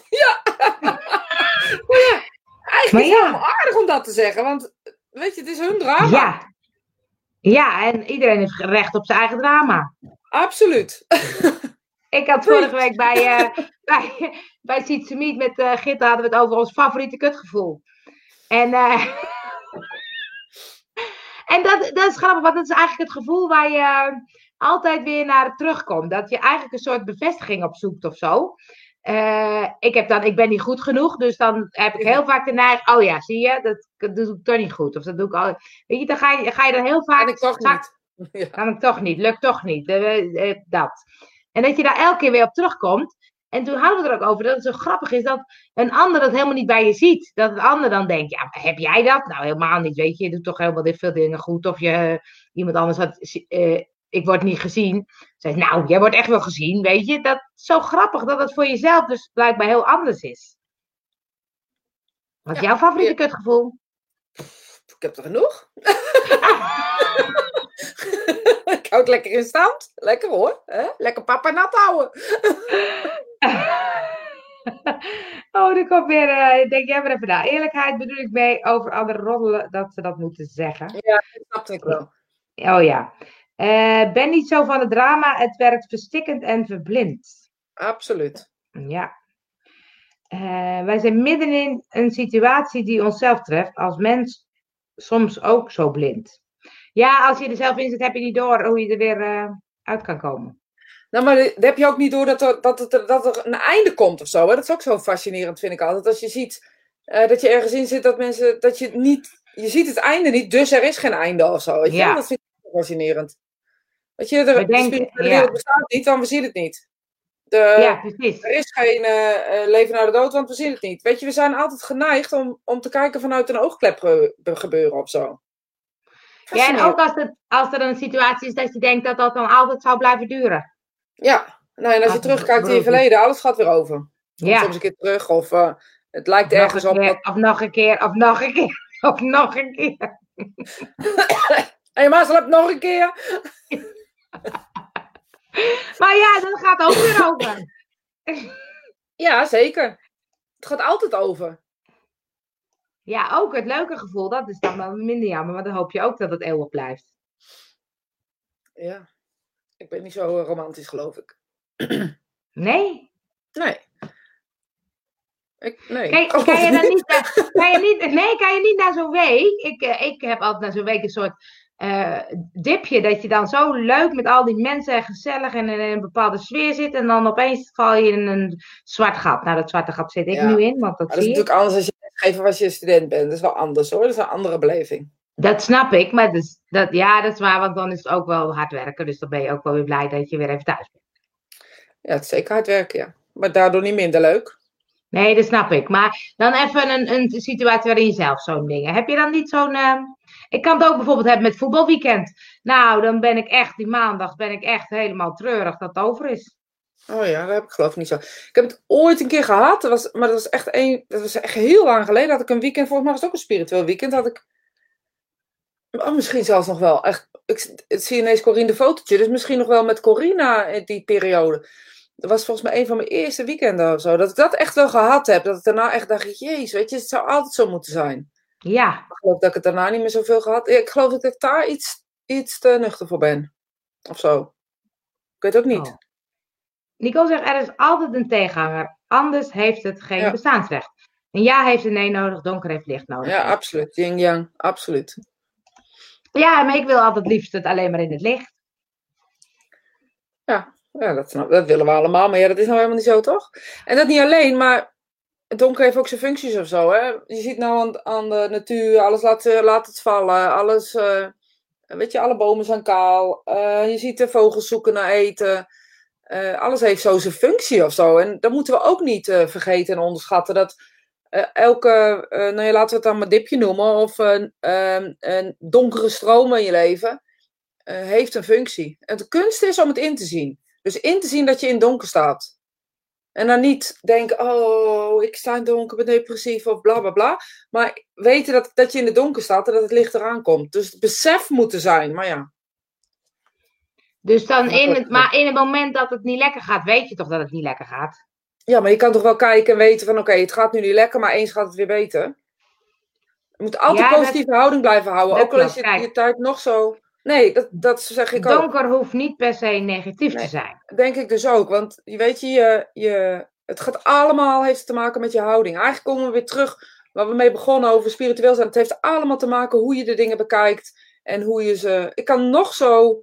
eigenlijk Maar is het ja, helemaal aardig om dat te zeggen. Want, weet je, het is hun drama. ja. Ja, en iedereen heeft recht op zijn eigen drama. Absoluut. Ik had vorige week bij Sietse Meet met Gitta hadden we het over ons favoriete kutgevoel. En, en dat is grappig, want dat is eigenlijk het gevoel waar je altijd weer naar terugkomt. Dat je eigenlijk een soort bevestiging opzoekt of zo. Ik ben niet goed genoeg, dus dan heb ik heel vaak de neiging, oh ja, zie je, dat doe ik toch niet goed. Of dat doe ik al. Weet je, dan ga je dan heel vaak. En ik toch niet. Ja. Kan ik toch niet, lukt toch niet. Dat. En dat je daar elke keer weer op terugkomt. En toen hadden we er ook over dat het zo grappig is dat een ander dat helemaal niet bij je ziet. Dat een ander dan denkt, ja, heb jij dat? Nou, helemaal niet, weet je. Je doet toch helemaal veel dingen goed. Of iemand anders had, ik word niet gezien. Zeg, nou, jij wordt echt wel gezien, weet je. Dat is zo grappig dat het voor jezelf dus blijkbaar heel anders is. Wat is jouw favoriete kutgevoel? Ik heb er genoeg. Ik hou het lekker in stand. Lekker hoor. Lekker papa nat houden. Oh, er komt weer. Ik denk jij maar even na. Eerlijkheid bedoel ik mee over andere roddelen dat ze dat moeten zeggen. Ja, dat snapte ik wel. Oh ja. Ben niet zo van het drama. Het werkt verstikkend en verblind. Absoluut. Ja. Wij zijn midden in een situatie die onszelf treft. Als mens soms ook zo blind. Ja, als je er zelf in zit, heb je niet door hoe je er weer uit kan komen. Nou, maar dan heb je ook niet door dat er een einde komt of zo. Hè? Dat is ook zo fascinerend, vind ik altijd. Als je ziet dat je ergens in zit dat mensen, dat je niet, je ziet het einde niet, dus er is geen einde of zo. Weet je? Ja. Dat vind ik fascinerend. Weet je, de spirituele wereld bestaat niet, want we zien het niet. Ja, precies. Er is geen leven na de dood, want we zien het niet. Weet je, we zijn altijd geneigd om te kijken vanuit een oogklep gebeuren of zo. Ja, en ook als er een situatie is dat je denkt dat dat dan altijd zou blijven duren. Ja, nou, en als je terugkijkt in je verleden, alles gaat weer over. Ja. Soms een keer terug, of het lijkt of ergens op. Of nog een keer, of nog een keer, of nog een keer. Hé, maar slaapt nog een keer. Maar ja, dat gaat ook weer over. Ja, zeker. Het gaat altijd over. Ja, ook het leuke gevoel, dat is dan wel minder jammer, maar dan hoop je ook dat het eeuwig blijft. Ja, ik ben niet zo romantisch, geloof ik. Nee? Nee. Nee. Kan je niet naar zo'n week? Ik heb altijd naar zo'n week een soort dipje, dat je dan zo leuk met al die mensen en gezellig en in een bepaalde sfeer zit en dan opeens val je in een zwart gat. Nou, dat zwarte gat zit ik nu in, want dat is natuurlijk anders als je lesgever als je student bent. Dat is wel anders hoor, dat is een andere beleving. Dat snap ik, maar dat is waar, want dan is het ook wel hard werken, dus dan ben je ook wel weer blij dat je weer even thuis bent. Ja, het is zeker hard werken, ja. Maar daardoor niet minder leuk. Nee, dat snap ik. Maar dan even een situatie waarin je zelf zo'n dingen. Heb je dan niet zo'n... Ik kan het ook bijvoorbeeld hebben met voetbalweekend. Nou, dan ben ik echt, die maandag ben ik echt helemaal treurig dat het over is. Oh ja, dat heb ik geloof ik niet zo. Ik heb het ooit een keer gehad, maar dat was echt heel lang geleden. Had ik een weekend, volgens mij was het ook een spiritueel weekend, had ik... Oh, misschien zelfs nog wel. Echt, ik zie ineens Corine de fotootje, dus misschien nog wel met Corina in die periode. Dat was volgens mij een van mijn eerste weekenden of zo. Dat ik dat echt wel gehad heb. Dat ik daarna echt dacht, jezus, weet je, het zou altijd zo moeten zijn. Ja. Ik geloof dat ik het daarna niet meer zoveel gehad. Ik geloof dat ik daar iets te nuchter voor ben. Of zo. Ik weet het ook niet. Oh. Nicole zegt, er is altijd een tegenhanger. Anders heeft het geen bestaansrecht. Een ja heeft een nee nodig, donker heeft licht nodig. Ja, absoluut. Yin-yang, absoluut. Ja, maar ik wil altijd liefst het alleen maar in het licht. Ja, dat willen we allemaal. Maar ja, dat is nou helemaal niet zo, toch? En dat niet alleen, maar het donker heeft ook zijn functies of zo. Hè? Je ziet nou aan de natuur, alles laat het vallen. Alles, weet je, alle bomen zijn kaal. Je ziet de vogels zoeken naar eten. Alles heeft zo zijn functie of zo. En dat moeten we ook niet vergeten en onderschatten. Dat elke, laten we het dan maar dipje noemen. Of een donkere stroom in je leven. Heeft een functie. En de kunst is om het in te zien. Dus in te zien dat je in het donker staat. En dan niet denken, oh, ik sta in het donker, ben depressief of bla bla bla. Maar weten dat je in het donker staat en dat het licht eraan komt. Dus het besef moet er zijn, maar ja. Dus dan in het moment dat het niet lekker gaat, weet je toch dat het niet lekker gaat? Ja, maar je kan toch wel kijken en weten van, oké, het gaat nu niet lekker, maar eens gaat het weer beter. Je moet altijd positieve houding blijven houden. Ook al is je tijd nog zo... Nee, dat zeg ik ook. Donker hoeft niet per se negatief te zijn. Denk ik dus ook. Want weet het gaat allemaal, heeft te maken met je houding. Eigenlijk komen we weer terug waar we mee begonnen over spiritueel zijn. Het heeft allemaal te maken hoe je de dingen bekijkt. En hoe je ze... Ik kan nog zo...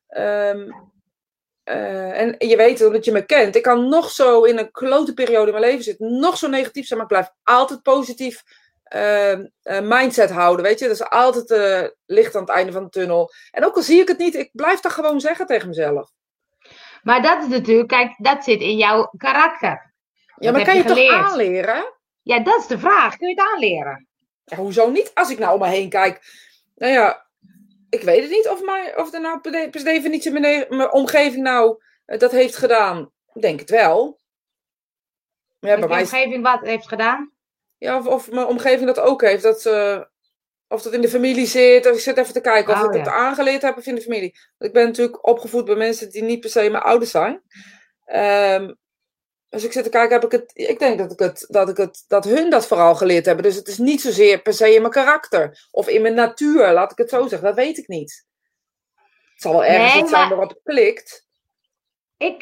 en je weet omdat je me kent. Ik kan nog zo in een klote periode in mijn leven zitten. Nog zo negatief zijn, maar ik blijf altijd positief... mindset houden, weet je. Dat is altijd licht aan het einde van de tunnel. En ook al zie ik het niet, ik blijf dat gewoon zeggen tegen mezelf. Maar dat is natuurlijk, kijk, dat zit in jouw karakter. Ja, maar kan je het toch aanleren? Ja, dat is de vraag. Kun je het aanleren? Ja, hoezo niet? Als ik nou om me heen kijk. Nou ja, ik weet het niet of er nou per definitie mijn omgeving nou dat heeft gedaan. Ik denk het wel. Ja, bij mijn omgeving wat heeft gedaan? Ja, of mijn omgeving dat ook heeft. Of dat in de familie zit. Of ik zit even te kijken of ik het aangeleerd heb of in de familie. Ik ben natuurlijk opgevoed bij mensen die niet per se mijn ouders zijn. Dus ik zit te kijken, ik denk dat hun dat vooral geleerd hebben. Dus het is niet zozeer per se in mijn karakter. Of in mijn natuur, laat ik het zo zeggen. Dat weet ik niet. Het zal wel ergens iets zijn waarop het klikt. Ik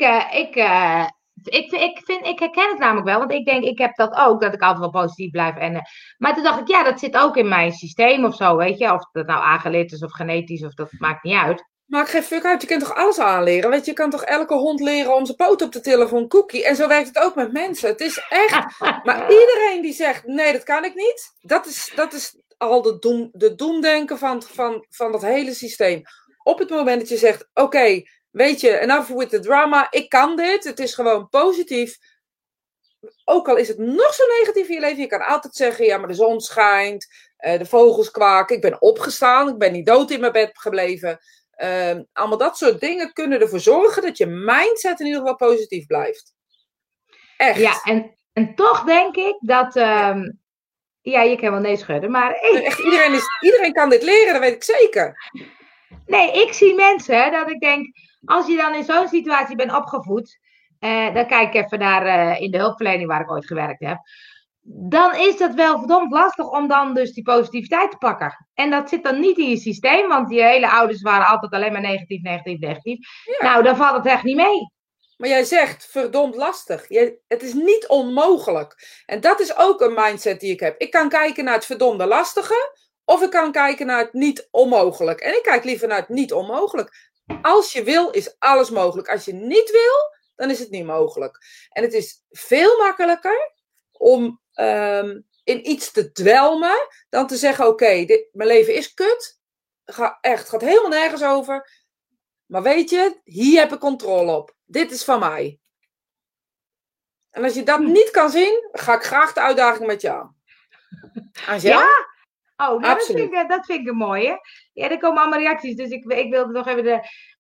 herken het namelijk wel, want ik denk, ik heb dat ook, dat ik altijd wel positief blijf. Maar toen dacht ik, ja, dat zit ook in mijn systeem of zo, weet je. Of dat nou aangeleerd is of genetisch, of dat maakt niet uit. Maakt geen fuck uit, je kunt toch alles aanleren? Weet je, je kan toch elke hond leren om zijn poot op te tillen voor een cookie? En zo werkt het ook met mensen. Het is echt... Maar iedereen die zegt, nee, dat kan ik niet, dat is al de doemdenken van dat hele systeem. Op het moment dat je zegt, oké, weet je, enough with the drama, ik kan dit, het is gewoon positief. Ook al is het nog zo negatief in je leven, je kan altijd zeggen, ja, maar de zon schijnt, de vogels kwaken, ik ben opgestaan, ik ben niet dood in mijn bed gebleven. Allemaal dat soort dingen kunnen ervoor zorgen dat je mindset in ieder geval positief blijft. Echt. Ja, en toch denk ik dat... ja, je kan wel nee schudden, maar... Echt, iedereen kan dit leren, dat weet ik zeker. Nee, ik zie mensen dat ik denk... Als je dan in zo'n situatie bent opgevoed... dan kijk ik even naar in de hulpverlening waar ik ooit gewerkt heb... Dan is dat wel verdomd lastig om dan dus die positiviteit te pakken. En dat zit dan niet in je systeem, want die hele ouders waren altijd alleen maar negatief. Ja. Nou, dan valt het echt niet mee. Maar jij zegt verdomd lastig. Het is niet onmogelijk. En dat is ook een mindset die ik heb. Ik kan kijken naar het verdomde lastige, of ik kan kijken naar het niet onmogelijk. En ik kijk liever naar het niet onmogelijk. Als je wil, is alles mogelijk. Als je niet wil, dan is het niet mogelijk. En het is veel makkelijker om in iets te dwelmen, dan te zeggen, oké, mijn leven is kut. Het gaat helemaal nergens over. Maar weet je, hier heb ik controle op. Dit is van mij. En als je dat niet kan zien, ga ik graag de uitdaging met je aan. Angel? Ja? Oh, nou, dat vind ik een mooie. Ja, er komen allemaal reacties, dus ik wilde nog even de...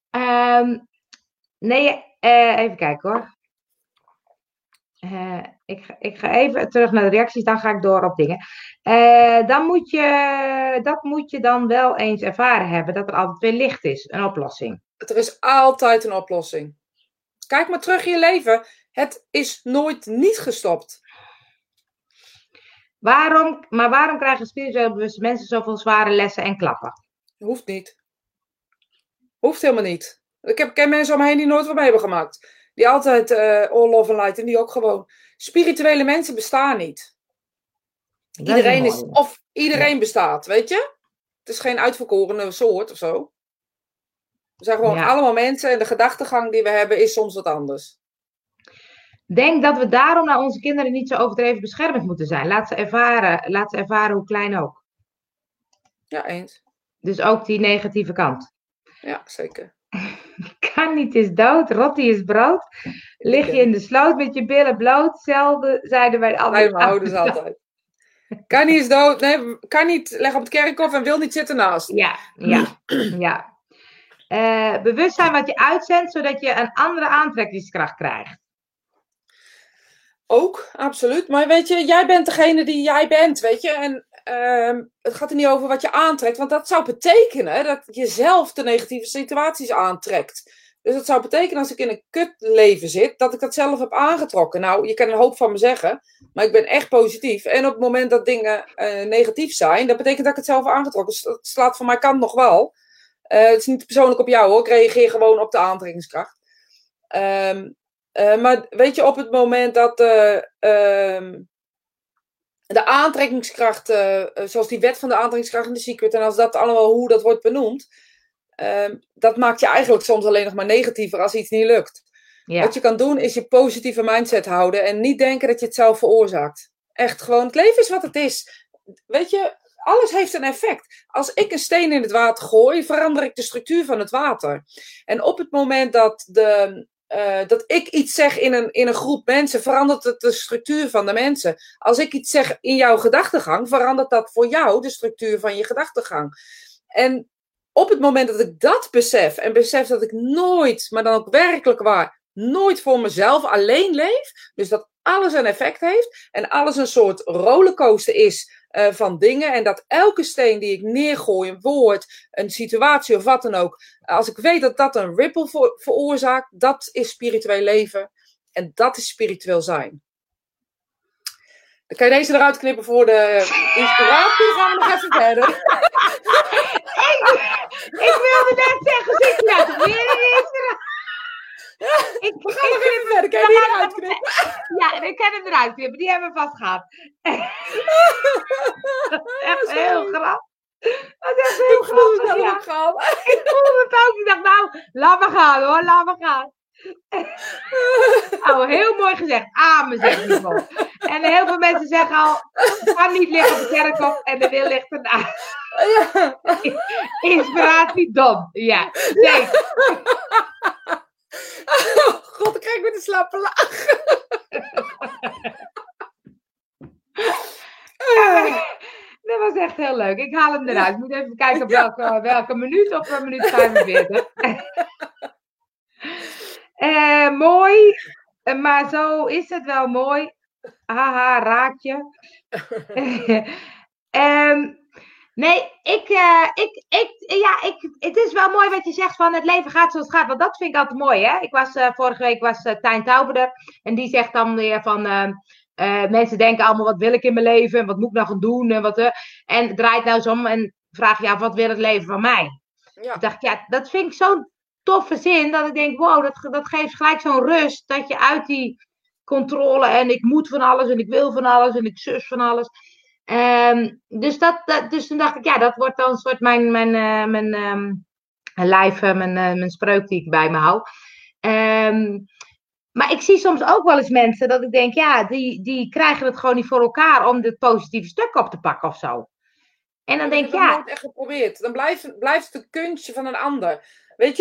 even kijken hoor. Ik ga even terug naar de reacties, dan ga ik door op dingen. Dat moet je dan wel eens ervaren hebben, dat er altijd weer licht is, een oplossing. Er is altijd een oplossing. Kijk maar terug in je leven. Het is nooit niet gestopt. Waarom krijgen spiritueel bewuste mensen zoveel zware lessen en klappen? Hoeft niet. Hoeft helemaal niet. Ik ken mensen om me heen die nooit wat mee hebben gemaakt. Die altijd all love and light en die ook gewoon... Spirituele mensen bestaan niet. Iedereen bestaat, weet je? Het is geen uitverkorene soort of zo. We zijn gewoon allemaal mensen en de gedachtegang die we hebben is soms wat anders. Denk dat we daarom naar onze kinderen niet zo overdreven beschermend moeten zijn. Laat ze ervaren hoe klein ook. Ja, eens. Dus ook die negatieve kant. Ja, zeker. Kan niet is dood, Rotti is brood. Lig je in de sloot met je billen bloot. Zelden zeiden wij Nee, mijn ouders altijd. Kan niet is dood. Nee, kan niet leggen op het kerkhof en wil niet zitten naast. Ja. Bewustzijn wat je uitzendt, zodat je een andere aantrekkingskracht krijgt. Ook, absoluut. Maar weet je, jij bent degene die jij bent, weet je. En het gaat er niet over wat je aantrekt. Want dat zou betekenen dat je zelf de negatieve situaties aantrekt. Dus dat zou betekenen als ik in een kutleven zit, dat ik dat zelf heb aangetrokken. Nou, je kan een hoop van me zeggen, maar ik ben echt positief. En op het moment dat dingen negatief zijn, dat betekent dat ik het zelf heb aangetrokken. Dus dat slaat van mijn kant nog wel. Het is niet persoonlijk op jou hoor, ik reageer gewoon op de aantrekkingskracht. Maar weet je, op het moment dat de aantrekkingskracht, zoals die wet van de aantrekkingskracht in de Secret, en als dat allemaal hoe dat wordt benoemd, dat maakt je eigenlijk soms alleen nog maar negatiever als iets niet lukt. Ja. Wat je kan doen is je positieve mindset houden en niet denken dat je het zelf veroorzaakt. Echt gewoon, het leven is wat het is. Weet je, alles heeft een effect. Als ik een steen in het water gooi, verander ik de structuur van het water. En op het moment dat ik iets zeg in een groep mensen, verandert het de structuur van de mensen. Als ik iets zeg in jouw gedachtegang, verandert dat voor jou de structuur van je gedachtegang. En op het moment dat ik dat besef, en besef dat ik nooit, maar dan ook werkelijk waar, nooit voor mezelf alleen leef, dus dat alles een effect heeft en alles een soort rollercoaster is van dingen, en dat elke steen die ik neergooi, een woord, een situatie of wat dan ook, als ik weet dat dat een ripple veroorzaakt, dat is spiritueel leven en dat is spiritueel zijn. Dan kan je deze eruit knippen voor de inspiratie, dan gaan we nog even verder. Ik wilde net zeggen, zit je nou toch weer in de inspiratie? We gaan nog even verder, kan je die eruit knippen? Ja, ik kan hem eruit knippen, die hebben we vast gehad. Echt heel grappig. Dat is echt heel grappig, ja. Ik voelde het ook, ik dacht nou, laat maar gaan hoor, laat maar gaan. Oh, heel mooi gezegd. Amen, zegt iemand. En heel veel mensen zeggen al, het kan niet liggen op de kerkhof en de wil ligt ernaast. Ja. Inspiratie, dom. Ja, zeker. Oh, God, ik krijg weer de slappe lach. Dat was echt heel leuk. Ik haal hem eruit. Ik moet even kijken op welke minuut, of minuut 45. Mooi, maar zo is het wel mooi. Haha, raakje. Nee, het is wel mooi wat je zegt van het leven gaat zoals het gaat. Want dat vind ik altijd mooi, hè. Vorige week Tijn Tauberder. En die zegt dan weer van, mensen denken allemaal, wat wil ik in mijn leven? En wat moet ik nou gaan doen? En het draait nou eens om en vraag je af, wat wil het leven van mij? Ja. Ik dacht, ja, dat vind ik zo'n toffe zin, dat ik denk, wow, dat geeft gelijk zo'n rust, dat je uit die controle en ik moet van alles en ik wil van alles en ik zus van alles. Dus toen dacht ik, ja, dat wordt dan een soort mijn spreuk die ik bij me hou. Maar ik zie soms ook wel eens mensen dat ik denk, ja, die krijgen het gewoon niet voor elkaar om dit positieve stuk op te pakken of zo. En dan denk ik, ja. Dat wordt echt geprobeerd. Dan blijft het een kunstje van een ander. Weet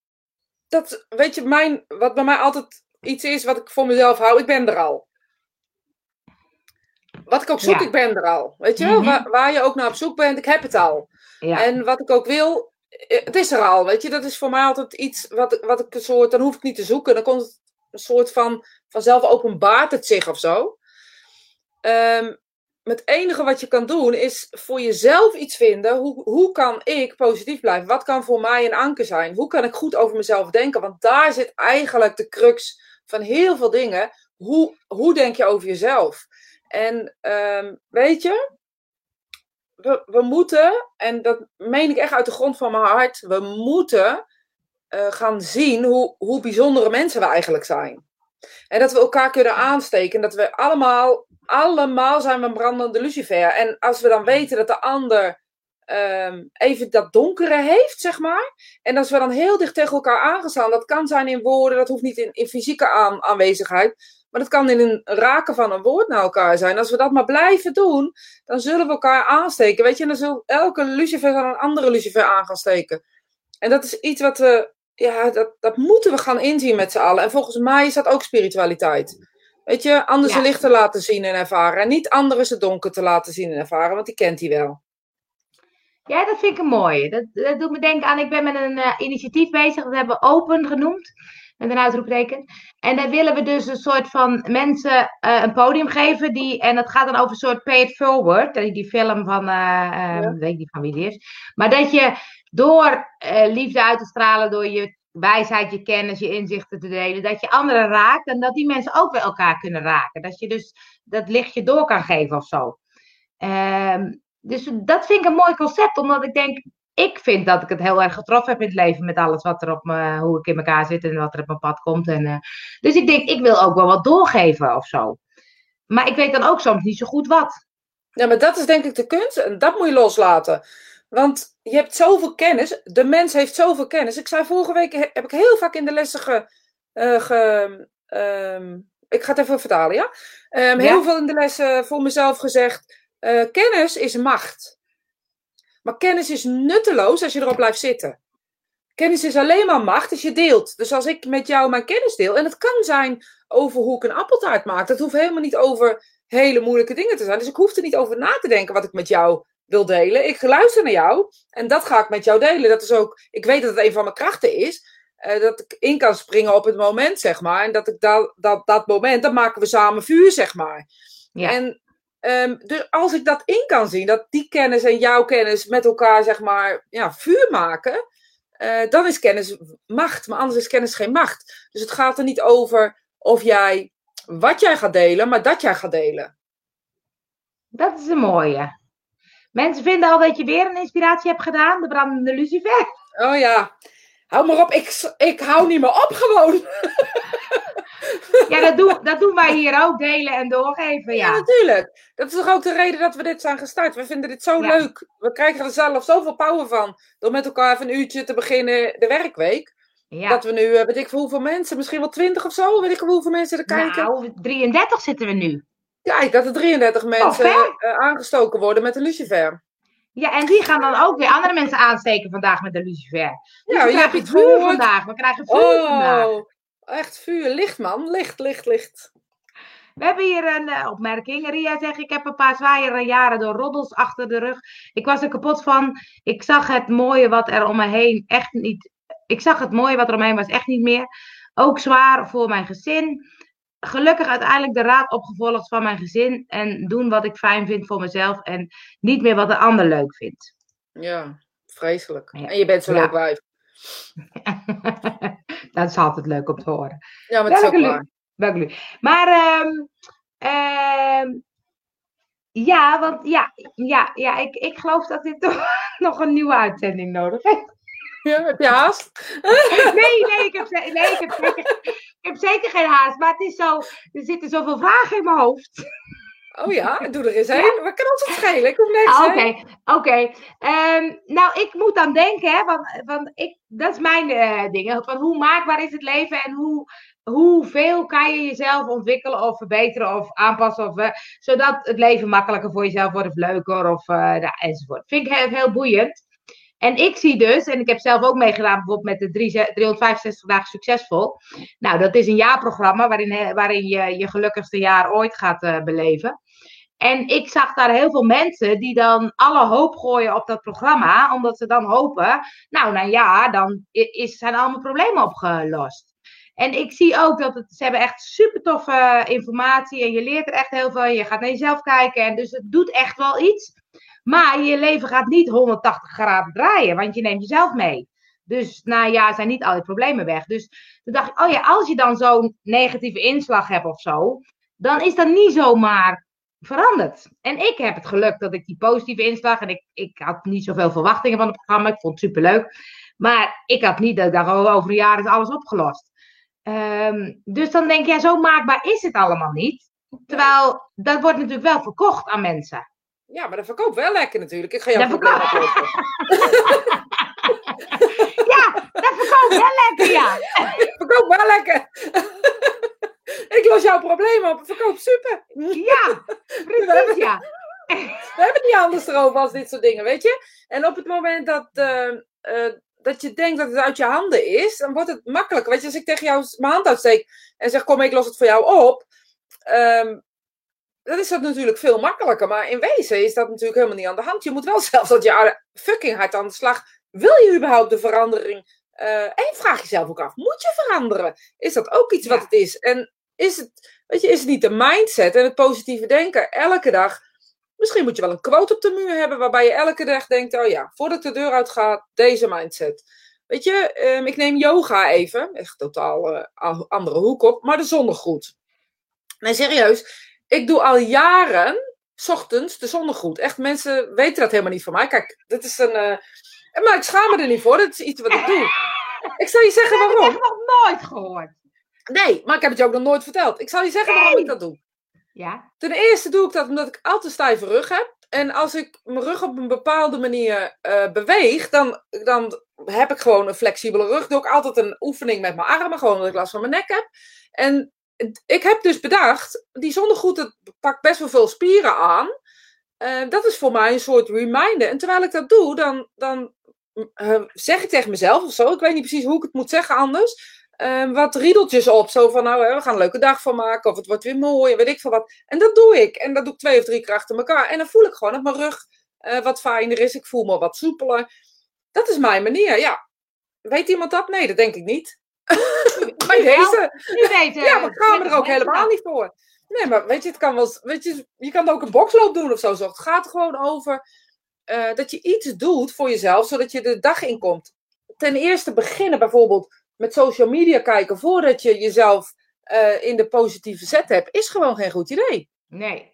je, wat bij mij altijd iets is wat ik voor mezelf hou, ik ben er al. Wat ik ook zoek, ik ben er al. Weet je wel? Waar je ook naar op zoek bent, ik heb het al. Ja. En wat ik ook wil, het is er al. Weet je, dat is voor mij altijd iets wat ik een soort, dan hoef ik niet te zoeken. Dan komt het een soort vanzelf openbaart het zich of zo. Het enige wat je kan doen is voor jezelf iets vinden. Hoe kan ik positief blijven? Wat kan voor mij een anker zijn? Hoe kan ik goed over mezelf denken? Want daar zit eigenlijk de crux van heel veel dingen. Hoe denk je over jezelf? En weet je, we moeten, en dat meen ik echt uit de grond van mijn hart, we moeten gaan zien hoe bijzondere mensen we eigenlijk zijn. En dat we elkaar kunnen aansteken. Dat we allemaal zijn we een brandende lucifer. En als we dan weten dat de ander even dat donkere heeft, zeg maar. En als we dan heel dicht tegen elkaar aangestaan. Dat kan zijn in woorden, dat hoeft niet in fysieke aanwezigheid. Maar dat kan in een raken van een woord naar elkaar zijn. Als we dat maar blijven doen, dan zullen we elkaar aansteken. Weet je, en dan zult elke lucifer aan een andere lucifer aan gaan steken. En dat is iets wat we ja, dat moeten we gaan inzien met z'n allen. En volgens mij is dat ook spiritualiteit. Weet je, anderen zijn licht te laten zien en ervaren. En niet anderen zijn donker te laten zien en ervaren, want die kent hij wel. Ja, dat vind ik een mooie. Dat doet me denken aan, ik ben met een initiatief bezig, dat hebben we Open genoemd, met een uitroepteken. En daar willen we dus een soort van mensen een podium geven, en dat gaat dan over een soort pay it forward, die film van, weet ik niet van wie die is. Maar dat je door liefde uit te stralen, door je wijsheid, je kennis, je inzichten te delen, dat je anderen raakt en dat die mensen ook wel elkaar kunnen raken. Dat je dus dat lichtje door kan geven of zo. Dus dat vind ik een mooi concept, omdat ik vind dat ik het heel erg getroffen heb in het leven met alles wat er hoe ik in elkaar zit en wat er op mijn pad komt. Dus ik denk, ik wil ook wel wat doorgeven of zo. Maar ik weet dan ook soms niet zo goed wat. Ja, maar dat is denk ik de kunst en dat moet je loslaten. Want je hebt zoveel kennis, de mens heeft zoveel kennis. Ik zei vorige week, heb ik heel vaak in de lessen ik ga het even vertalen, ja? Heel veel in de lessen voor mezelf gezegd, kennis is macht. Maar kennis is nutteloos als je erop blijft zitten. Kennis is alleen maar macht als je deelt. Dus als ik met jou mijn kennis deel, en het kan zijn over hoe ik een appeltaart maak. Dat hoeft helemaal niet over hele moeilijke dingen te zijn. Dus ik hoef er niet over na te denken wat ik met jou wil delen. Ik luister naar jou en dat ga ik met jou delen. Dat is ook, ik weet dat het een van mijn krachten is. Dat ik in kan springen op het moment, zeg maar. En dat ik dat moment, dan maken we samen vuur, zeg maar. Ja. En dus als ik dat in kan zien, dat die kennis en jouw kennis met elkaar, zeg maar, ja, vuur maken, dan is kennis macht. Maar anders is kennis geen macht. Dus het gaat er niet over wat jij gaat delen, maar dat jij gaat delen. Dat is een mooie. Mensen vinden al dat je weer een inspiratie hebt gedaan, de brandende lucifer. Oh ja, hou maar op. Ik hou niet meer op gewoon. Ja, dat doen wij hier ook, delen en doorgeven. Ja, natuurlijk. Dat is toch ook de reden dat we dit zijn gestart. We vinden dit zo leuk. We krijgen er zelf zoveel power van. Door met elkaar even een uurtje te beginnen de werkweek. Ja. Dat we nu, weet ik hoeveel mensen, misschien wel 20 of zo, weet ik hoeveel mensen er kijken. Nou, 33 zitten we nu. Kijk, dat er 33 mensen aangestoken worden met een lucifer. Ja, en die gaan dan ook weer andere mensen aansteken vandaag met de lucifer. Dus ja, we krijgen vuur vandaag. We krijgen vuur vandaag. Echt vuur. Licht, man. Licht. We hebben hier een opmerking. Ria zegt, ik heb een paar zware jaren door roddels achter de rug. Ik was er kapot van. Ik zag het mooie wat er om me heen echt niet... Ik zag het mooie wat er omheen was echt niet meer. Ook zwaar voor mijn gezin. Gelukkig uiteindelijk de raad opgevolgd van mijn gezin. En doen wat ik fijn vind voor mezelf. En niet meer wat de ander leuk vindt. Ja, vreselijk. Ja. En je bent zo leuk wijf. Dat is altijd leuk om te horen. Ja, maar het is ook waar. Maar ja, want ik geloof dat dit toch nog een nieuwe uitzending nodig heeft. Ja, heb je haast? Nee, ik heb zeker geen haast. Maar het is zo, er zitten zoveel vragen in mijn hoofd. Oh ja, doe er eens heen. Ja. Wat kan ons het schelen? Ik hoef niks heen. Oké. Nou, ik moet dan denken, hè, dat is mijn ding. Van hoe maakbaar is het leven en hoeveel kan je jezelf ontwikkelen of verbeteren of aanpassen, zodat het leven makkelijker voor jezelf wordt of leuker enzovoort. Vind ik heel boeiend. En ik zie dus, en ik heb zelf ook meegedaan bijvoorbeeld met de 365 dagen succesvol. Nou, dat is een jaarprogramma waarin je je gelukkigste jaar ooit gaat beleven. En ik zag daar heel veel mensen die dan alle hoop gooien op dat programma, omdat ze dan hopen, nou na een jaar, dan zijn allemaal problemen opgelost. En ik zie ook dat ze hebben echt super toffe informatie en je leert er echt heel veel. Je gaat naar jezelf kijken en dus het doet echt wel iets. Maar je leven gaat niet 180 graden draaien, want je neemt jezelf mee. Dus na een jaar zijn niet al die problemen weg. Dus toen dacht ik, oh ja, als je dan zo'n negatieve inslag hebt of zo, dan is dat niet zomaar veranderd. En ik heb het geluk dat ik die positieve inslag, en ik had niet zoveel verwachtingen van het programma, ik vond het superleuk. Maar ik had niet dat ik dacht, over een jaar is alles opgelost. Dus dan denk je, zo maakbaar is het allemaal niet. Terwijl, dat wordt natuurlijk wel verkocht aan mensen. Ja, maar dat verkoopt wel lekker natuurlijk. Ik ga jou probleem oplossen. Ja, dat verkoopt wel lekker, ja. Verkoopt wel lekker. Ik los jouw probleem op. Het verkoopt super. Ja, precies, ja. We hebben het niet anders erover als dit soort dingen, weet je. En op het moment dat je denkt dat het uit je handen is, dan wordt het makkelijker. Weet je, als ik tegen jou mijn hand uitsteek en zeg, kom, ik los het voor jou op. Dan is dat natuurlijk veel makkelijker. Maar in wezen is dat natuurlijk helemaal niet aan de hand. Je moet wel zelfs dat je fucking hard aan de slag. Wil je überhaupt de verandering? En vraag jezelf ook af, moet je veranderen? Is dat ook iets wat het is? En is het niet de mindset en het positieve denken elke dag? Misschien moet je wel een quote op de muur hebben waarbij je elke dag denkt, oh ja, voordat ik de deur uit ga, deze mindset. Weet je, ik neem yoga even, echt totaal andere hoek op, maar de zonnegroet. Nee, serieus, ik doe al jaren 's ochtends de zonnegroet. Echt, mensen weten dat helemaal niet van mij. Kijk, dat is maar ik schaam me er niet voor, dat is iets wat ik doe. Ik zal je zeggen waarom. Dat heb ik nog nooit gehoord. Nee, maar ik heb het je ook nog nooit verteld. Ik zal je zeggen waarom ik dat doe. Ja. Ten eerste doe ik dat omdat ik altijd een stijve rug heb. En als ik mijn rug op een bepaalde manier beweeg, dan heb ik gewoon een flexibele rug. Doe ik altijd een oefening met mijn armen, gewoon omdat ik last van mijn nek heb. En ik heb dus bedacht, die zonnegroet, het pakt best wel veel spieren aan. Dat is voor mij een soort reminder. En terwijl ik dat doe, dan zeg ik tegen mezelf of zo, ik weet niet precies hoe ik het moet zeggen anders, wat riedeltjes op. Zo van, nou, we gaan een leuke dag van maken, of het wordt weer mooi, en weet ik veel wat. En dat doe ik. En dat doe ik 2 of 3 keer achter elkaar. En dan voel ik gewoon dat mijn rug wat fijner is. Ik voel me wat soepeler. Dat is mijn manier, ja. Weet iemand dat? Nee, dat denk ik niet. Bij deze. Ja, we gaan er ook helemaal niet voor. Nee, maar weet je, het kan wel. Weet je kan ook een boksloop doen of zo. Het gaat er gewoon over dat je iets doet voor jezelf, zodat je de dag inkomt. Ten eerste beginnen bijvoorbeeld met social media kijken voordat je jezelf in de positieve zet hebt, is gewoon geen goed idee. Nee.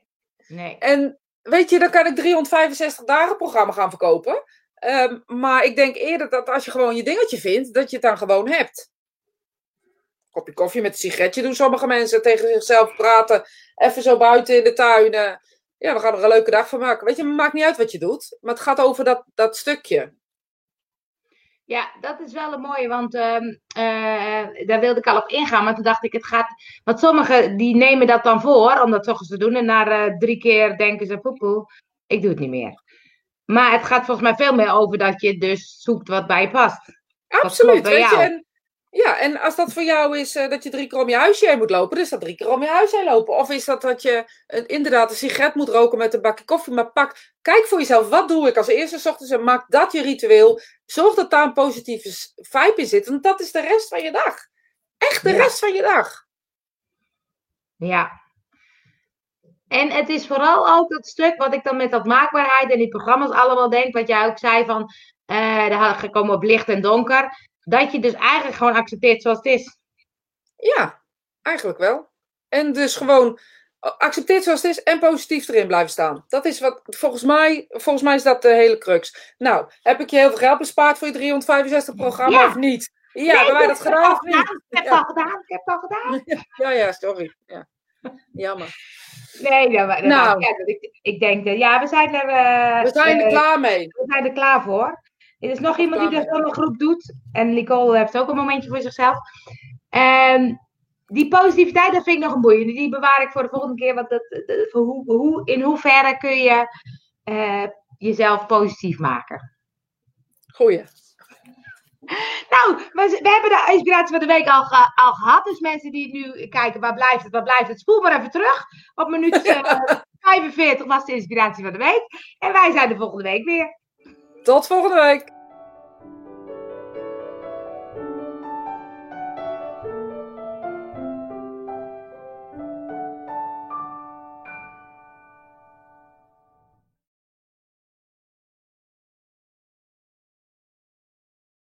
En weet je, dan kan ik 365 dagen programma gaan verkopen. Maar ik denk eerder dat als je gewoon je dingetje vindt, dat je het dan gewoon hebt. Kopje koffie met een sigaretje doen sommige mensen, tegen zichzelf praten, even zo buiten in de tuin. Ja, we gaan er een leuke dag van maken. Weet je, het maakt niet uit wat je doet, maar het gaat over dat stukje. Ja, dat is wel een mooie, want daar wilde ik al op ingaan. Maar toen dacht ik, het gaat. Want sommigen die nemen dat dan voor om dat 's ochtends te doen. En na 3 keer denken ze, poepoe, ik doe het niet meer. Maar het gaat volgens mij veel meer over dat je dus zoekt wat bij je past. Absoluut, weet je. En als dat voor jou is dat je 3 keer om je huisje heen moet lopen, dan is dat 3 keer om je huis heen lopen. Of is dat je inderdaad een sigaret moet roken met een bakje koffie. Maar kijk voor jezelf, wat doe ik als eerste 's ochtends en maak dat je ritueel. Zorg dat daar een positieve vibe in zit. Want dat is de rest van je dag. Echt de rest van je dag. Ja. En het is vooral ook dat stuk wat ik dan met dat maakbaarheid en die programma's allemaal denk. Wat jij ook zei van, daar gekomen op licht en donker. Dat je dus eigenlijk gewoon accepteert zoals het is. Ja, eigenlijk wel. En dus gewoon accepteert zoals het is en positief erin blijven staan. Dat is wat, volgens mij is dat de hele crux. Nou, heb ik je heel veel geld bespaard voor je 365 programma of niet? Ja, hebben wij dat gedaan of niet? Ik heb het al gedaan. Ja, sorry. Ja. Jammer. Nee, ik denk dat we zijn er klaar mee. We zijn er klaar voor. Er is nog iemand die dat een groep doet. En Nicole heeft ook een momentje voor zichzelf. Die positiviteit, dat vind ik nog een boeiende. Die bewaar ik voor de volgende keer. Want in hoeverre kun je jezelf positief maken? Goeie. Nou, we hebben de inspiratie van de week al gehad. Dus mensen die nu kijken, waar blijft het? Spoel maar even terug. Op minuut 45 was de inspiratie van de week. En wij zijn de volgende week weer. Tot volgende week.